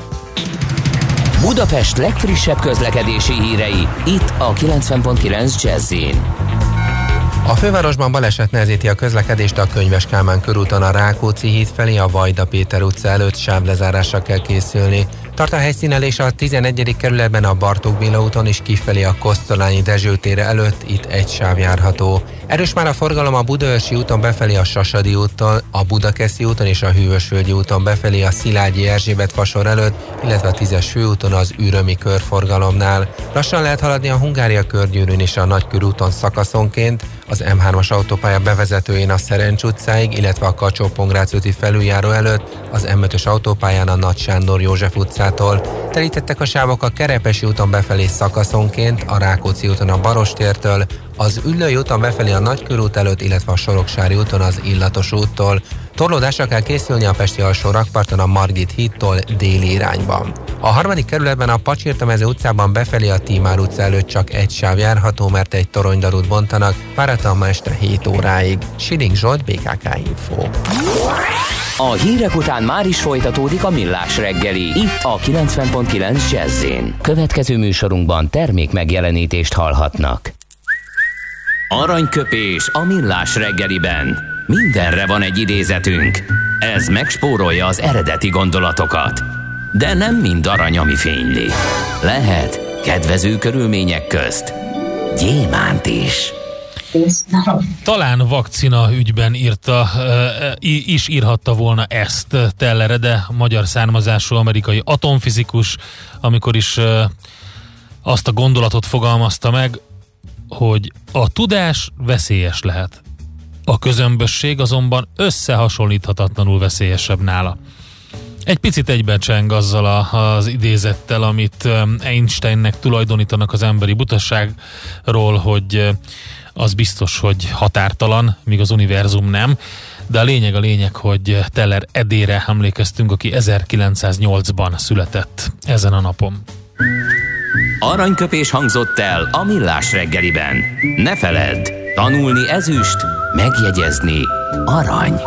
Budapest legfrissebb közlekedési hírei, itt a kilencven pont kilenc Jazz-in. A fővárosban baleset nehezíti a közlekedést a Könyves Kálmán körúton a Rákóczi híd felé, a Vajda Péter utca előtt sávlezárásra kell készülni. Tart a helyszínelés a tizenegyedik kerületben a Bartók Béla úton is kifelé a Kosztolányi Dezső tére előtt, itt egy sáv járható. Erős már a forgalom a Budaörsi úton befelé a Sasadi úton, a Budakeszi úton és a Hűvösvölgyi úton befelé a Szilágyi Erzsébet fasor előtt, illetve a tízes főúton az Ürömi körforgalomnál. Lassan lehet haladni a Hungária körgyűrűn és a Nagykörúton szakaszonként, az M hármas autópálya bevezetőjén a Szerencs utcáig, illetve a Kacsó-Pongrác úti felüljáró előtt, az M ötös autópályán a Nagy Sándor József utcától. Telítettek a sávok a Kerepesi úton befelé szakaszonként, a Rákóczi úton a Barostértől, az Üllői úton befelé a Nagykörút előtt, illetve a Soroksári úton az Illatos úttól. Torlódásra kell készülni a Pesti alsó rakparton a Margit hídtól déli irányban. A harmadik kerületben a Pacsirtamező utcában befelé a Tímár utca előtt csak egy sáv járható, mert egy toronydarút bontanak, váratlan ma este hét óráig. Siling Zsolt, bé ká ká Info. A hírek után már is folytatódik a Millás reggeli, itt a kilencven pont kilenc Jazz-in. Következő műsorunkban termék megjelenítést hallhatnak. Aranyköpés a Millás reggeliben. Mindenre van egy idézetünk. Ez megspórolja az eredeti gondolatokat. De nem mind arany, ami fényli. Lehet kedvező körülmények közt gyémánt is. Talán vakcina ügyben írta, is írhatta volna ezt Teller, de magyar származású amerikai atomfizikus, amikor is azt a gondolatot fogalmazta meg, hogy a tudás veszélyes lehet. A közömbösség azonban összehasonlíthatatlanul veszélyesebb nála. Egy picit egybecseng azzal a, az idézettel, amit Einsteinnek tulajdonítanak az emberi butasságról, hogy az biztos, hogy határtalan, míg az univerzum nem, de a lényeg a lényeg, hogy Teller Edére emlékeztünk, aki ezerkilencszáznyolcban született ezen a napon. Aranyköpés hangzott el a Millás reggeliben. Ne feledd, tanulni ezüst, megjegyezni arany.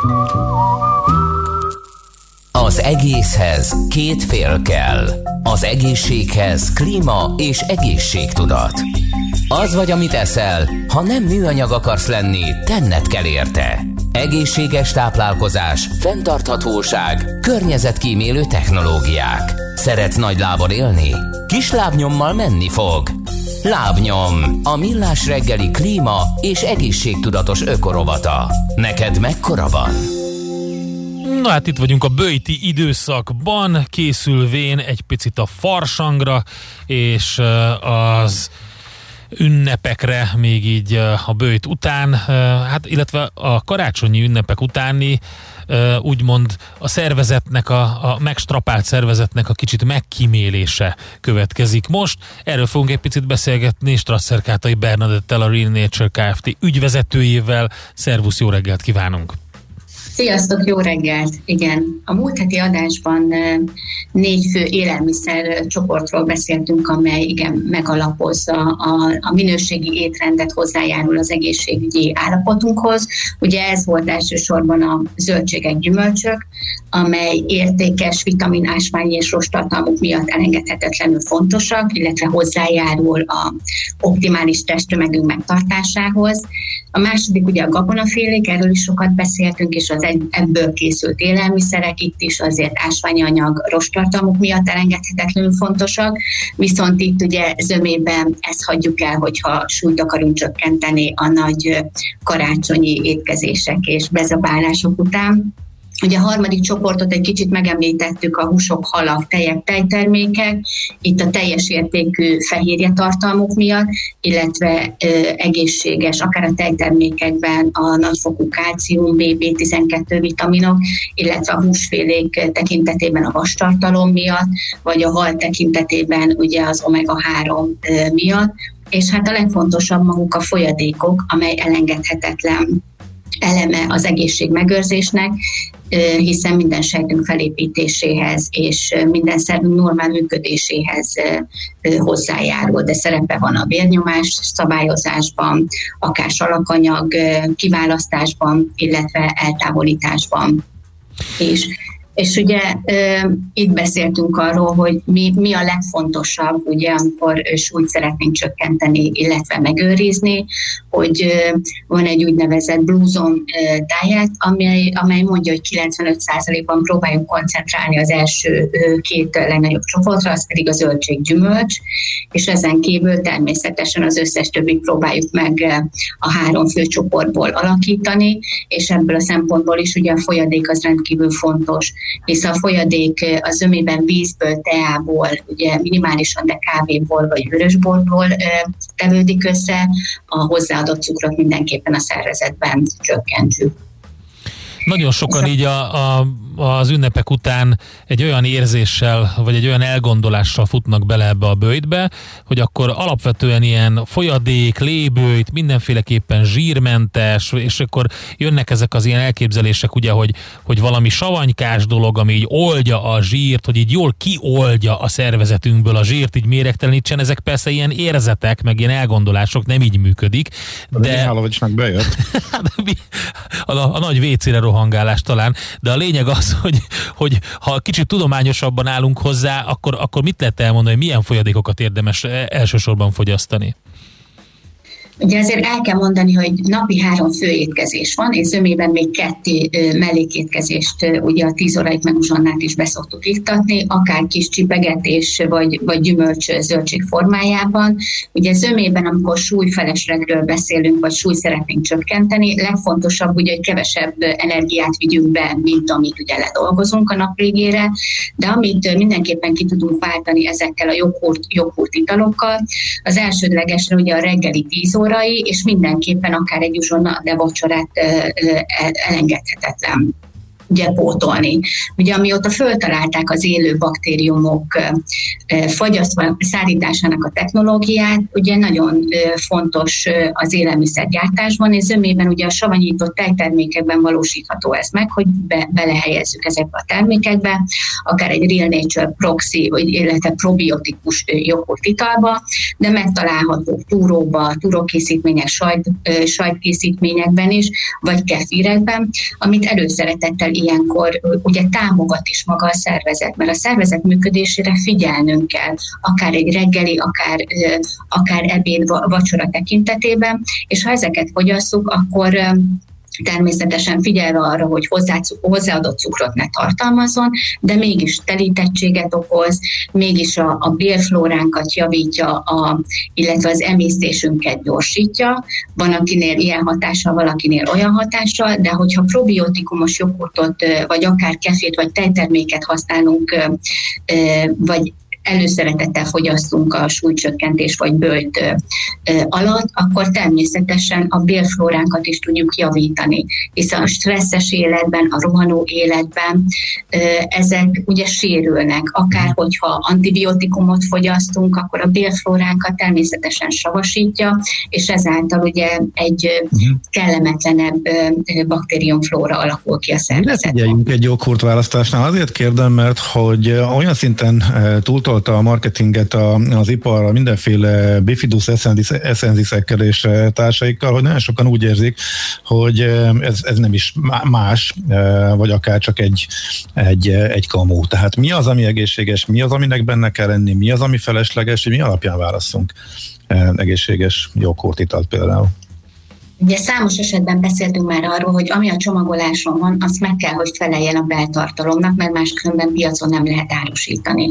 Az egészhez két fél kell. Az egészséghez klíma és egészségtudat. Az vagy, amit eszel, ha nem műanyag akarsz lenni, tenned kell érte. Egészséges táplálkozás, fenntarthatóság, környezetkímélő technológiák. Szeretsz nagy lábon élni? Kis lábnyommal menni fog. Lábnyom, a Millás reggeli klíma és egészségtudatos ökorovata. Neked mekkora van? Na hát itt vagyunk a böjti időszakban, készülvén egy picit a farsangra, és az ünnepekre még így a böjt után, hát illetve a karácsonyi ünnepek utáni úgymond a szervezetnek, a, a megstrapált szervezetnek a kicsit megkímélése következik most. Erről fogunk egy picit beszélgetni Strasser-Kátai Bernadettel, a Real Nature Kft. Ügyvezetőjével. Szervusz, jó reggelt kívánunk! Sziasztok, jó reggelt! Igen, a múlt heti adásban négy fő élelmiszer csoportról beszéltünk, amely igen megalapozza a, a minőségi étrendet, hozzájárul az egészségügyi állapotunkhoz. Ugye ez volt elsősorban a zöldségek, gyümölcsök, amely értékes vitamin, ásványi és rosttartalmuk miatt elengedhetetlenül fontosak, illetve hozzájárul a optimális testtömegünk megtartásához. A második ugye a gabonafélék, erről is sokat beszéltünk, és az ebből készült élelmiszerek itt is azért ásványi anyag, rosttartalmuk miatt elengedhetetlenül fontosak, viszont itt ugye zömében ezt hagyjuk el, hogyha súlyt akarunk csökkenteni a nagy karácsonyi étkezések és bezabálások után. Ugye a harmadik csoportot egy kicsit megemlítettük, a húsok, halak, tejek, tejtermékek, itt a teljes értékű fehérje tartalmuk miatt, illetve ö, egészséges, akár a tejtermékekben a nagyfokú kálcium, bé bé tizenkettő vitaminok, illetve a húsfélék tekintetében a vastartalom miatt, vagy a hal tekintetében ugye az omega három ö, miatt, és hát a legfontosabb maguk a folyadékok, amely elengedhetetlen eleme az egészség megőrzésnek, hiszen minden sejtünk felépítéséhez és minden szervünk normál működéséhez hozzájárul, de szerepe van a vérnyomás szabályozásban, akár salakanyag kiválasztásban, illetve eltávolításban is. És ugye e, itt beszéltünk arról, hogy mi, mi a legfontosabb, ugye, amikor súlyt szeretnénk csökkenteni, illetve megőrizni, hogy e, van egy úgynevezett Blue Zone e, diet, amely, amely mondja, hogy kilencvenöt százalékban próbáljunk koncentrálni az első e, két legnagyobb csoportra, az pedig a zöldség, gyümölcs, és ezen kívül természetesen az összes többit próbáljuk meg e, a három fő csoportból alakítani, és ebből a szempontból is ugye a folyadék az rendkívül fontos, hisz a folyadék a zömében vízből, teából, ugye minimálisan, de kávéból vagy vörösborból tevődik össze, a hozzáadott cukrot mindenképpen a szervezetben csökkentsük. Nagyon sokan így a, a, az ünnepek után egy olyan érzéssel, vagy egy olyan elgondolással futnak bele ebbe a böjtbe, hogy akkor alapvetően ilyen folyadék, léböjt, mindenféleképpen zsírmentes, és akkor jönnek ezek az ilyen elképzelések, ugye, hogy, hogy valami savanykás dolog, ami így oldja a zsírt, hogy így jól kioldja a szervezetünkből a zsírt, így méregtelenítsen. Ezek persze ilyen érzetek, meg ilyen elgondolások, nem így működik. De Mihálovics is meg bejött. a, a, a nagy vécére rohangálás talán, de a lényeg az, hogy, hogy ha kicsit tudományosabban állunk hozzá, akkor, akkor mit lehet elmondani, hogy milyen folyadékokat érdemes elsősorban fogyasztani? Ugye azért el kell mondani, hogy napi három főétkezés van, és zömében még kettő mellékétkezést, ugye a tíz óráig meg uzsonnát is beszoktuk iktatni, akár kis csipegetés, vagy, vagy gyümölcs zöldség formájában. Ugye zömében, amikor súlyfeleslegről beszélünk, vagy súly szeretnénk csökkenteni, legfontosabb ugye, hogy kevesebb energiát vigyünk be, mint amit ugye ledolgozunk a nap végére, de amit mindenképpen ki tudunk váltani ezekkel a joghurt, joghurt italokkal, az elsődlegesen ugye a reggeli tíz óra, és mindenképpen akár egy uzsonna, de vacsorát elengedhetetlen ugye pótolni. Ugye amióta föltalálták az élő baktériumok fagyasztva szárításának a technológiát, ugye nagyon fontos az élelmiszergyártásban, és zömében ugye a savanyított tejtermékekben valósítható ez meg, hogy be, belehelyezzük ezekbe a termékekbe, akár egy Real Nature Proxy, vagy illetve probiotikus joghurtitalba, de megtalálható túróba, túrókészítmények, sajt, sajtkészítményekben is, vagy kefírekben, amit előszeretettel ilyenkor ugye támogat is maga a szervezet, mert a szervezet működésére figyelnünk kell, akár egy reggeli, akár, akár ebéd, vacsora tekintetében, és ha ezeket fogyasszuk, akkor természetesen figyelve arra, hogy hozzá, hozzáadott cukrot ne tartalmazzon, de mégis telítettséget okoz, mégis a, a bélflóránkat javítja, a, illetve az emésztésünket gyorsítja. Van, akinél ilyen hatással, valakinél olyan hatással, de hogyha probiotikumos joghurtot, vagy akár kefét, vagy tejterméket használunk, vagy előszeretettel fogyasztunk a súlycsökkentés vagy böjt alatt, akkor természetesen a bélflóránkat is tudjuk javítani, hiszen a stresszes életben, a rohanó életben ezek ugye sérülnek. Akár hogyha antibiotikumot fogyasztunk, akkor a bélflóránkat természetesen savasítja, és ezáltal ugye egy kellemetlenebb baktériumflóra alakul ki a szervezetben. Figyeljünk egy joghurt választásnál. Azért kérdem, mert hogy olyan szinten túltolta a marketinget az ipar mindenféle bifidus essenzisekkel és társaikkal, hogy nagyon sokan úgy érzik, hogy ez, ez nem is más, vagy akár csak egy, egy, egy kamu. Tehát mi az, ami egészséges, mi az, aminek benne kell lenni, mi az, ami felesleges, hogy mi alapján válasszunk egészséges joghurtitalt például. Ugye számos esetben beszéltünk már arról, hogy ami a csomagoláson van, az meg kell, hogy feleljen a beltartalomnak, mert máskülönben piacon nem lehet árusítani.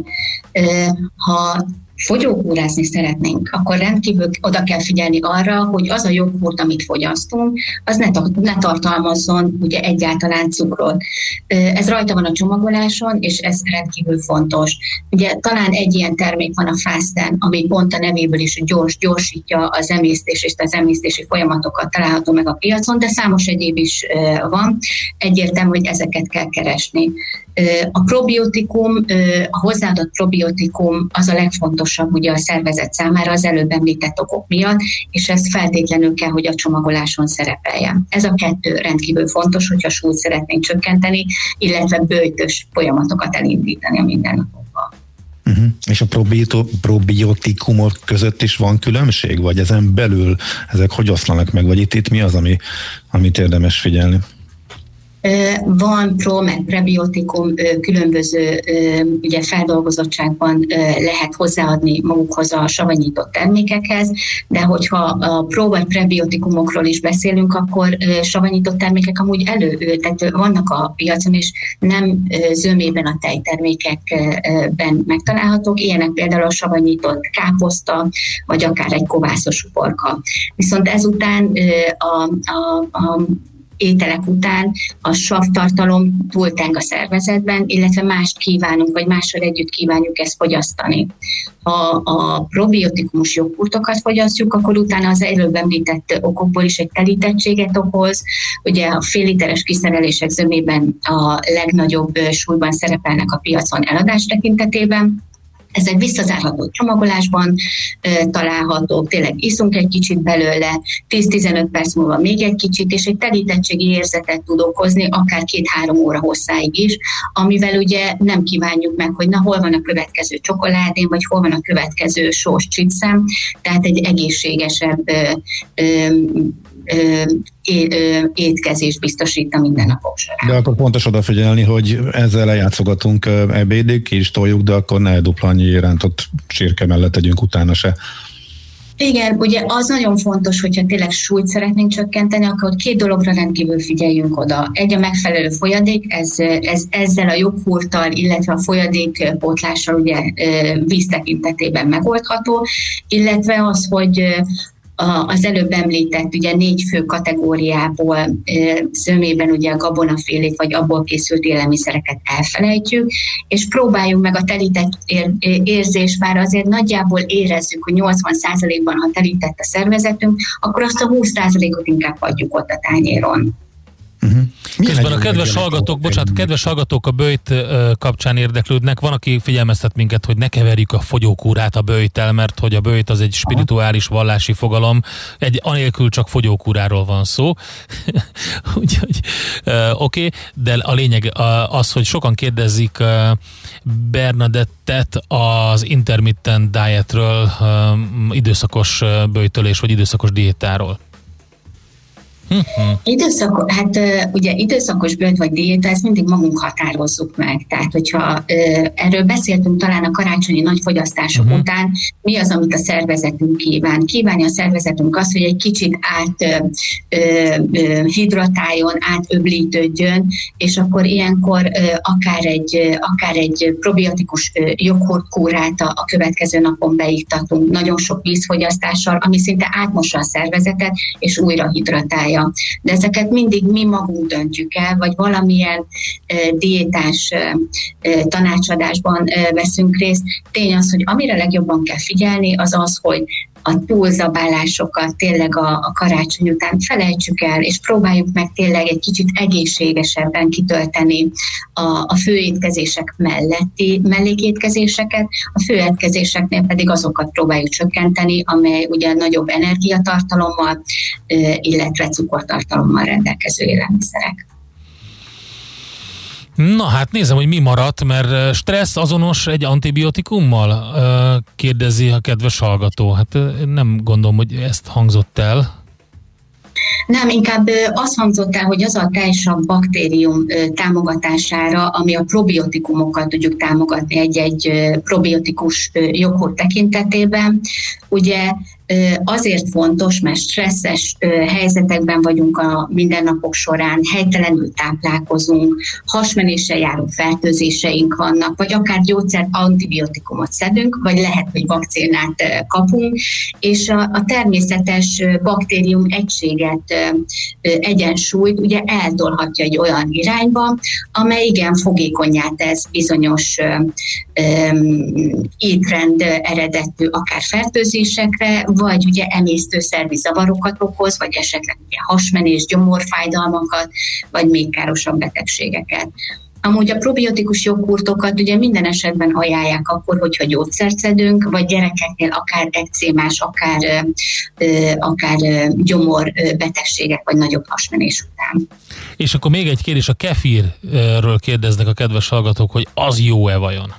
Ha fogyókúrázni szeretnénk, akkor rendkívül oda kell figyelni arra, hogy az a joghurt, amit fogyasztunk, az ne, ne tartalmazzon ugye egyáltalán cukrot. Ez rajta van a csomagoláson, és ez rendkívül fontos. Ugye talán egy ilyen termék van a Fasten, ami pont a nevéből is gyors, gyorsítja az emésztés és az emésztési folyamatokat található meg a piacon, de számos egyéb is van. Egyértelmű, hogy ezeket kell keresni. A probiotikum, a hozzáadott probiotikum az a legfontosabb ugye a szervezet számára az előbb említett okok miatt, és ez feltétlenül kell, hogy a csomagoláson szerepeljen. Ez a kettő rendkívül fontos, hogyha súlyt szeretnénk csökkenteni, illetve böjtös folyamatokat elindítani a mindennapokban. Uh-huh. És a probiotikumok között is van különbség? Vagy ezen belül ezek hogy oszlanak meg? Vagy itt, itt mi az, ami, amit érdemes figyelni? Van pro, meg prebiotikum, különböző ugye feldolgozottságban lehet hozzáadni magukhoz a savanyított termékekhez, de hogyha a pro vagy prebiotikumokról is beszélünk, akkor savanyított termékek amúgy elő, tehát vannak a piacon is, nem zömében a tejtermékekben megtalálhatók, ilyenek például a savanyított káposzta, vagy akár egy kovászos uborka. Viszont ezután a, a, a ételek után a savtartalom túlteng a szervezetben, illetve mást kívánunk, vagy mással együtt kívánjuk ezt fogyasztani. Ha a probiotikumos joghurtokat fogyasztjuk, akkor utána az előbb említett okokból is egy telítettséget okoz. Ugye a fél literes kiszerelések zömében a legnagyobb súlyban szerepelnek a piacon eladás tekintetében. Ezek visszazárható csomagolásban e, találhatók, tényleg iszunk egy kicsit belőle, tíz-tizenöt perc múlva még egy kicsit, és egy telítettségi érzetet tud okozni, akár két-három óra hosszáig is, amivel ugye nem kívánjuk meg, hogy na hol van a következő csokoládém, vagy hol van a következő sós chipszem, tehát egy egészségesebb e, e, étkezést biztosít a mindennapok során. De akkor pontos odafigyelni, hogy ezzel lejátszogatunk ebédig, ki is toljuk, de akkor ne dupla annyi rántott csirke mellett tegyünk utána se. Igen, ugye az nagyon fontos, hogyha tényleg súlyt szeretnénk csökkenteni, akkor két dologra rendkívül figyeljünk oda. Egy a megfelelő folyadék, ez, ez ezzel a joghurttal, illetve a folyadékpótlással ugye víz tekintetében megoldható, illetve az, hogy az előbb említett ugye négy fő kategóriából zömében ugye a gabonafélét vagy abból készült élelmiszereket elfelejtjük, és próbáljunk meg a telített érzés, bár azért nagyjából érezzük, hogy nyolcvan százalékban ha telített a szervezetünk, akkor azt a húsz százalékot inkább hagyjuk ott a tányéron. Uh-huh. Közben a kedves hallgatók, bocsánat, kedves hallgatók a böjt kapcsán érdeklődnek. Van, aki figyelmeztet minket, hogy ne keverjük a fogyókúrát a böjttel, mert hogy a böjt az egy spirituális, vallási fogalom. Egy anélkül csak fogyókúráról van szó. Úgyhogy uh, oké, okay. De a lényeg az, hogy sokan kérdezik uh, Bernadettet az intermittent dietről, uh, időszakos böjtölés vagy időszakos diétáról. Időszak, hát ugye időszakos böjt vagy diéta, ezt mindig magunk határozzuk meg. Tehát, hogyha erről beszéltünk talán a karácsonyi nagy fogyasztások uh-huh. után, mi az, amit a szervezetünk kíván? Kívánja a szervezetünk azt, hogy egy kicsit át ö, ö, hidratáljon, átöblítődjön, és akkor ilyenkor ö, akár, egy, akár egy probiotikus joghurtkúrát a, a következő napon beiktatunk, nagyon sok vízfogyasztással, ami szinte átmossa a szervezetet, és újra hidratálja. használja. De ezeket mindig mi magunk döntjük el, vagy valamilyen diétás tanácsadásban veszünk részt. Tény az, hogy amire legjobban kell figyelni, az az, hogy a túlzabálásokat tényleg a, a karácsony után felejtsük el, és próbáljuk meg tényleg egy kicsit egészségesebben kitölteni a, a főétkezések melletti mellékétkezéseket, a főétkezéseknél pedig azokat próbáljuk csökkenteni, amely ugye nagyobb energiatartalommal, illetve cukortartalommal rendelkező élelmiszerek. Na hát nézem, hogy mi maradt, mert stressz azonos egy antibiotikummal? Kérdezi a kedves hallgató. Hát nem gondolom, hogy ezt hangzott el. Nem, inkább azt hangzott el, hogy az a teljesabb baktérium támogatására, ami a probiotikumokat tudjuk támogatni egy-egy probiotikus joghurt tekintetében, ugye azért fontos, mert stresszes helyzetekben vagyunk a mindennapok során, helytelenül táplálkozunk, hasmenéssel járó fertőzéseink vannak, vagy akár gyógyszer, antibiotikumot szedünk, vagy lehet, hogy vakcinát kapunk, és a, a természetes baktérium egységet, egyensúlyt ugye eltolhatja egy olyan irányba, amely igen fogékonyá tesz bizonyos um, étrend eredetű akár fertőzésekre, vagy ugye emésztőszervi zavarokat okoz, vagy esetleg ugye hasmenés, gyomorfájdalmakat, vagy még károsabb betegségeket. Amúgy a probiotikus joghurtokat ugye minden esetben ajánlják akkor, hogyha gyógyszert szedünk, vagy gyerekeknél akár ekcémás, akár, akár gyomorbetegségek, vagy nagyobb hasmenés után. És akkor még egy kérdés, a kefirről kérdeznek a kedves hallgatók, hogy az jó-e vajon?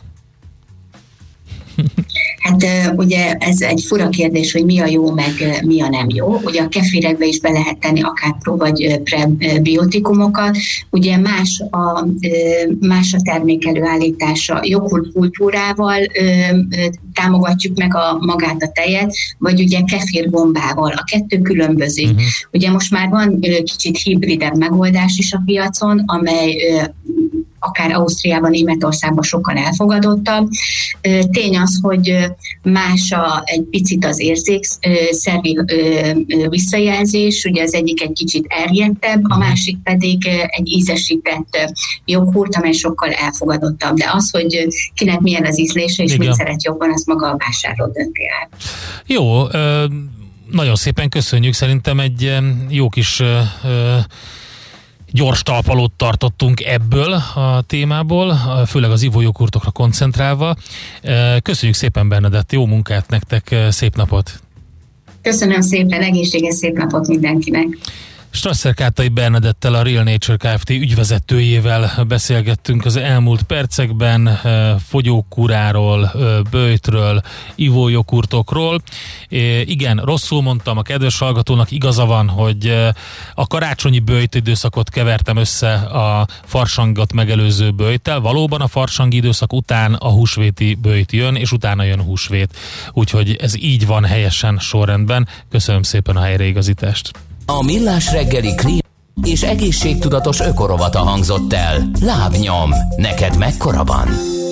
Hát ugye ez egy fura kérdés, hogy mi a jó, meg mi a nem jó. Ugye a kefirekbe is be lehet tenni akár pro vagy prebiotikumokat. Ugye más a, más a termékelő állítása. Joghurt kultúrával támogatjuk meg a, magát a tejet, vagy ugye kefirgombával. A kettő különbözik. Uh-huh. Ugye most már van kicsit hibridebb megoldás is a piacon, amely akár Ausztriában, Németországban sokkal elfogadottabb. Tény az, hogy más a, egy picit az érzékszervi visszajelzés, ugye az egyik egy kicsit erjedtebb, a másik pedig egy ízesített joghurt, amely sokkal elfogadottabb. De az, hogy kinek milyen az ízlése és igen, mit szeret jobban, azt maga a vásárló dönti el. Jó, nagyon szépen köszönjük, szerintem egy jó kis gyors talpalót tartottunk ebből a témából, főleg az ivójoghurtokra koncentrálva. Köszönjük szépen, Bernadett, jó munkát nektek, szép napot! Köszönöm szépen, egészséges szép napot mindenkinek! Strasser Kátai Bernadettel, a Real Nature Kft. Ügyvezetőjével beszélgettünk az elmúlt percekben fogyókúráról, böjtről, ivójoghurtokról. Igen, rosszul mondtam, a kedves hallgatónak igaza van, hogy a karácsonyi böjt időszakot kevertem össze a farsangot megelőző böjttel. Valóban a farsangi időszak után a húsvéti böjt jön, és utána jön a húsvét. Úgyhogy ez így van helyesen sorrendben. Köszönöm szépen a helyreigazítást. A Millás reggeli klím és egészségtudatos ökorovata hangzott el. Lábnyom, neked mekkora van?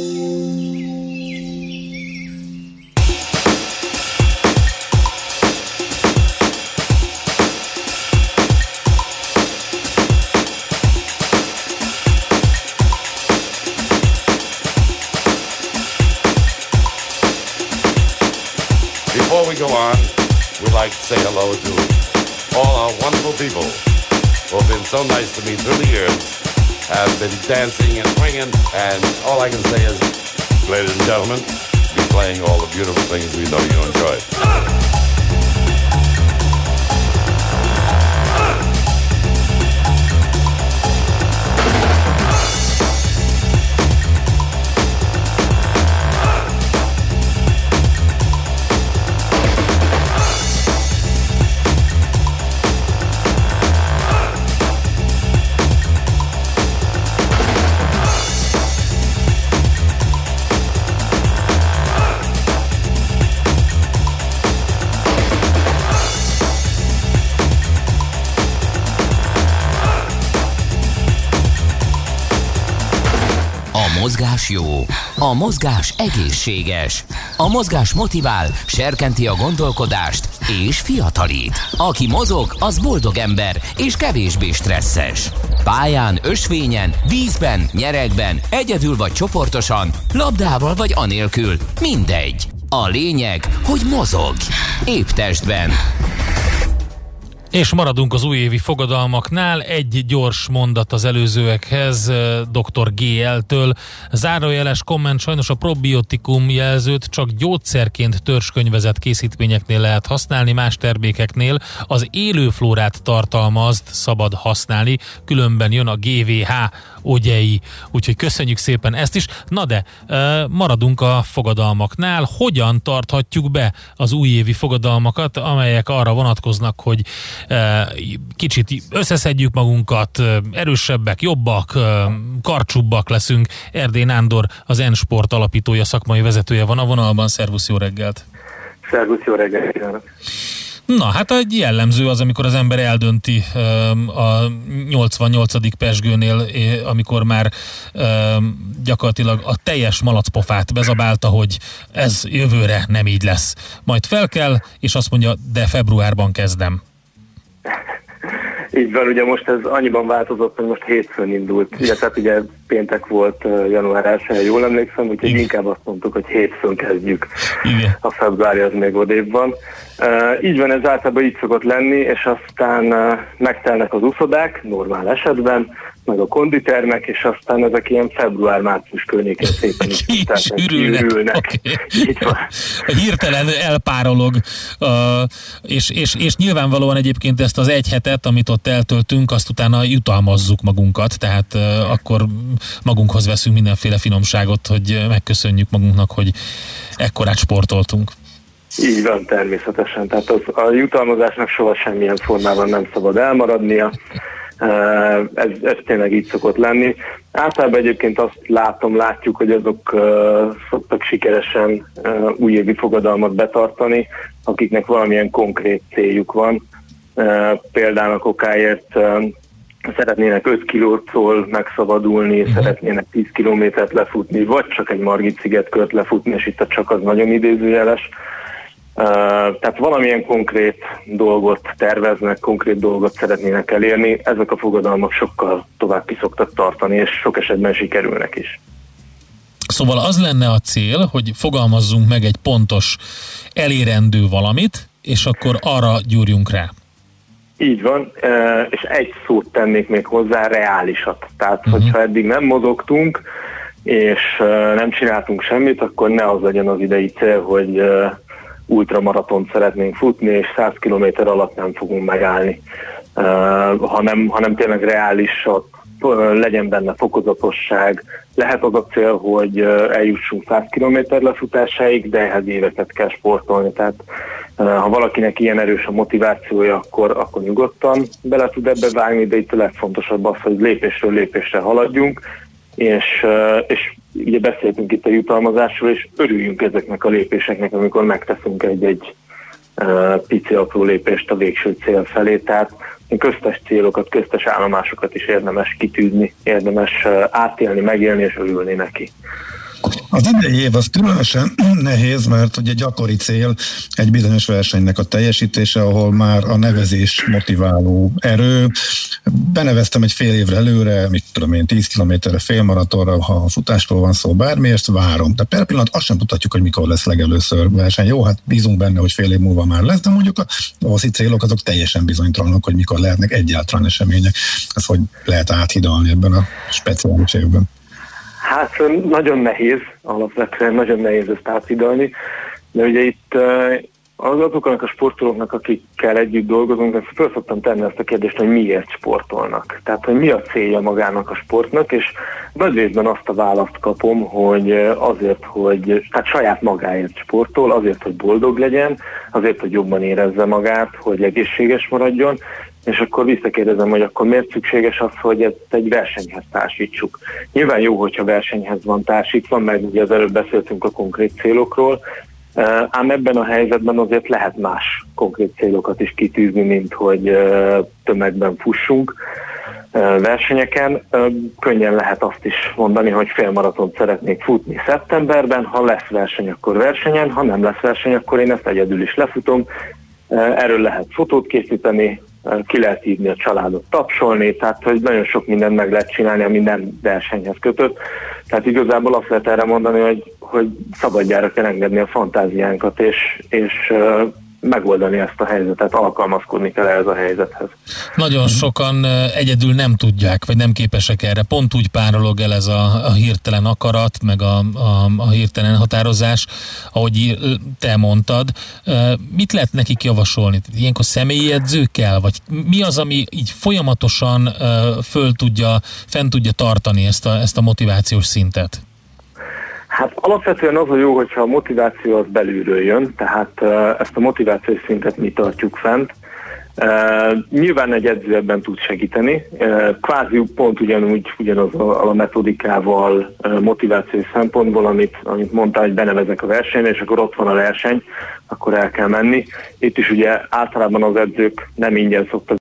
Before we go on, we'd like to say hello to all our wonderful people who have been so nice to me through the years, have been dancing and swinging, and all I can say is, ladies and gentlemen, be playing all the beautiful things we know you enjoy. mozgás jó, a mozgás egészséges, a mozgás motivál, serkenti a gondolkodást és fiatalít. Aki mozog, az boldog ember és kevésbé stresszes. Pályán, ösvényen, vízben, nyeregben, egyedül vagy csoportosan, labdával vagy anélkül, mindegy. A lényeg, hogy mozog. Épp testben. És maradunk az újévi fogadalmaknál. Egy gyors mondat az előzőekhez doktor G L-től. Zárójeles komment: sajnos a probiotikum jelzőt csak gyógyszerként törzskönyvezett készítményeknél lehet használni, más termékeknél az élőflórát tartalmaz, szabad használni, különben jön a G V H ogyei. Úgyhogy köszönjük szépen ezt is. Na de, maradunk a fogadalmaknál. Hogyan tarthatjuk be az újévi fogadalmakat, amelyek arra vonatkoznak, hogy kicsit összeszedjük magunkat, erősebbek, jobbak, karcsúbbak leszünk. Erdély Nándor, az N-Sport alapítója, szakmai vezetője van a vonalban. Szervusz, jó reggelt! Szervusz, jó reggelt kívánok! Na, hát egy jellemző az, amikor az ember eldönti a nyolcvannyolcadik pezsgőnél, amikor már gyakorlatilag a teljes malacpofát bezabálta, hogy ez jövőre nem így lesz. Majd fel kell, és azt mondja, de februárban kezdem. Így van, ugye most ez annyiban változott, hogy most hétfőn indult. Ugye, tehát ugye péntek volt január elsején, jól emlékszem, úgyhogy Igen. inkább azt mondtuk, hogy hétfőn kezdjük. Igen. A februári az még odébb van. Uh, így van, ez általában így szokott lenni, és aztán uh, megtelnek az uszodák, normál esetben, meg a konditermek, és aztán ezek ilyen február-március környékén szépen is kiürülnek. Okay. Hirtelen elpárolog, uh, és, és, és nyilvánvalóan egyébként ezt az egy hetet, amit ott eltöltünk, azt utána jutalmazzuk magunkat, tehát uh, akkor magunkhoz veszünk mindenféle finomságot, hogy megköszönjük magunknak, hogy ekkorát sportoltunk. Így van, természetesen. Tehát az, a jutalmazásnak soha semmilyen formában nem szabad elmaradnia. Ez, ez tényleg így szokott lenni. Általában egyébként azt látom, látjuk, hogy azok uh, szoktak sikeresen uh, újévi fogadalmat betartani, akiknek valamilyen konkrét céljuk van. Uh, például a kokáért uh, szeretnének öt kilótól megszabadulni, uh-huh. szeretnének tíz kilométert lefutni, vagy csak egy Margit-szigetkört lefutni, és itt a csak az nagyon idézőjeles. Uh, tehát valamilyen konkrét dolgot terveznek, konkrét dolgot szeretnének elérni, ezek a fogadalmak sokkal tovább ki szoktak tartani, és sok esetben sikerülnek is. Szóval az lenne a cél, hogy fogalmazzunk meg egy pontos, elérendő valamit, és akkor arra gyúrjunk rá. Így van, uh, és egy szót tennék még hozzá, reálisat. Tehát, uh-huh. hogyha eddig nem mozogtunk, és uh, nem csináltunk semmit, akkor ne az legyen az idei cél, hogy uh, ultramaratont szeretnénk futni, és száz kilométer alatt nem fogunk megállni, uh, hanem, hanem tényleg reálisak, uh, legyen benne fokozatosság. Lehet az a cél, hogy uh, eljussunk száz kilométer lefutásáig, de ehhez éveket kell sportolni. Tehát uh, ha valakinek ilyen erős a motivációja, akkor, akkor nyugodtan bele tud ebbe vágni, de itt a legfontosabb az, hogy lépésről lépésre haladjunk, és, uh, és ugye beszéltünk itt a jutalmazásról, és örüljünk ezeknek a lépéseknek, amikor megteszünk egy-egy uh, pici apró lépést a végső cél felé. Tehát köztes célokat, köztes állomásokat is érdemes kitűzni, érdemes uh, átélni, megélni és örülni neki. Az idei év az különösen nehéz, mert ugye gyakori cél egy bizonyos versenynek a teljesítése, ahol már a nevezés motiváló erő. Beneveztem egy fél évre előre, mit tudom én, tíz kilométerre, félmaratonra, ha a futásról van szó, bármiért várom. De per pillanat azt sem tudhatjuk, hogy mikor lesz legelőször verseny. Jó, hát bízunk benne, hogy fél év múlva már lesz, de mondjuk a oszi célok azok teljesen bizonytalanok, hogy mikor lehetnek egyáltalán események. Ez hogy lehet áthidalni ebben a speciális évben? Hát nagyon nehéz, alapvetően nagyon nehéz ezt áthidalni, de ugye itt azoknak a sportolóknak, akikkel együtt dolgozunk, föl szoktam tenni ezt a kérdést, hogy miért sportolnak. Tehát, hogy mi a célja magának a sportnak, és nagy részben azt a választ kapom, hogy azért, hogy tehát saját magáért sportol, azért, hogy boldog legyen, azért, hogy jobban érezze magát, hogy egészséges maradjon, és akkor visszakérdezem, hogy akkor miért szükséges az, hogy ezt egy versenyhez társítsuk. Nyilván jó, hogyha versenyhez van társítva, meg ugye az előbb beszéltünk a konkrét célokról, ám ebben a helyzetben azért lehet más konkrét célokat is kitűzni, mint hogy tömegben fussunk. versenyeken. Könnyen lehet azt is mondani, hogy félmaratont szeretnék futni szeptemberben, ha lesz verseny, akkor versenyen, ha nem lesz verseny, akkor én ezt egyedül is lefutom. Erről lehet fotót készíteni, ki lehet hívni a családot tapsolni, tehát hogy nagyon sok mindent meg lehet csinálni, ami nem versenyhez kötött. Tehát igazából azt lehet erre mondani, hogy, hogy szabadjára kell engedni a fantáziánkat, és, és megoldani ezt a helyzetet, alkalmazkodni kell ehhez a helyzethez. Nagyon sokan egyedül nem tudják, vagy nem képesek erre. Pont úgy párolog el ez a, a hirtelen akarat, meg a, a, a hirtelen határozás, ahogy te mondtad. Mit lehet nekik javasolni? Ilyenkor személyi edzőkkel? Vagy mi az, ami így folyamatosan föl tudja, fent tudja tartani ezt a, ezt a motivációs szintet? Hát alapvetően az a jó, hogyha a motiváció az belülről jön, tehát uh, ezt a motivációs szintet mi tartjuk fent. Uh, nyilván egy edző ebben tud segíteni, uh, kvázi pont ugyanúgy, ugyanaz a, a metodikával, uh, motivációs szempontból, amit, amit mondta, hogy benevezek a versenyre, és akkor ott van a verseny, akkor el kell menni. Itt is ugye általában az edzők nem ingyen szoktak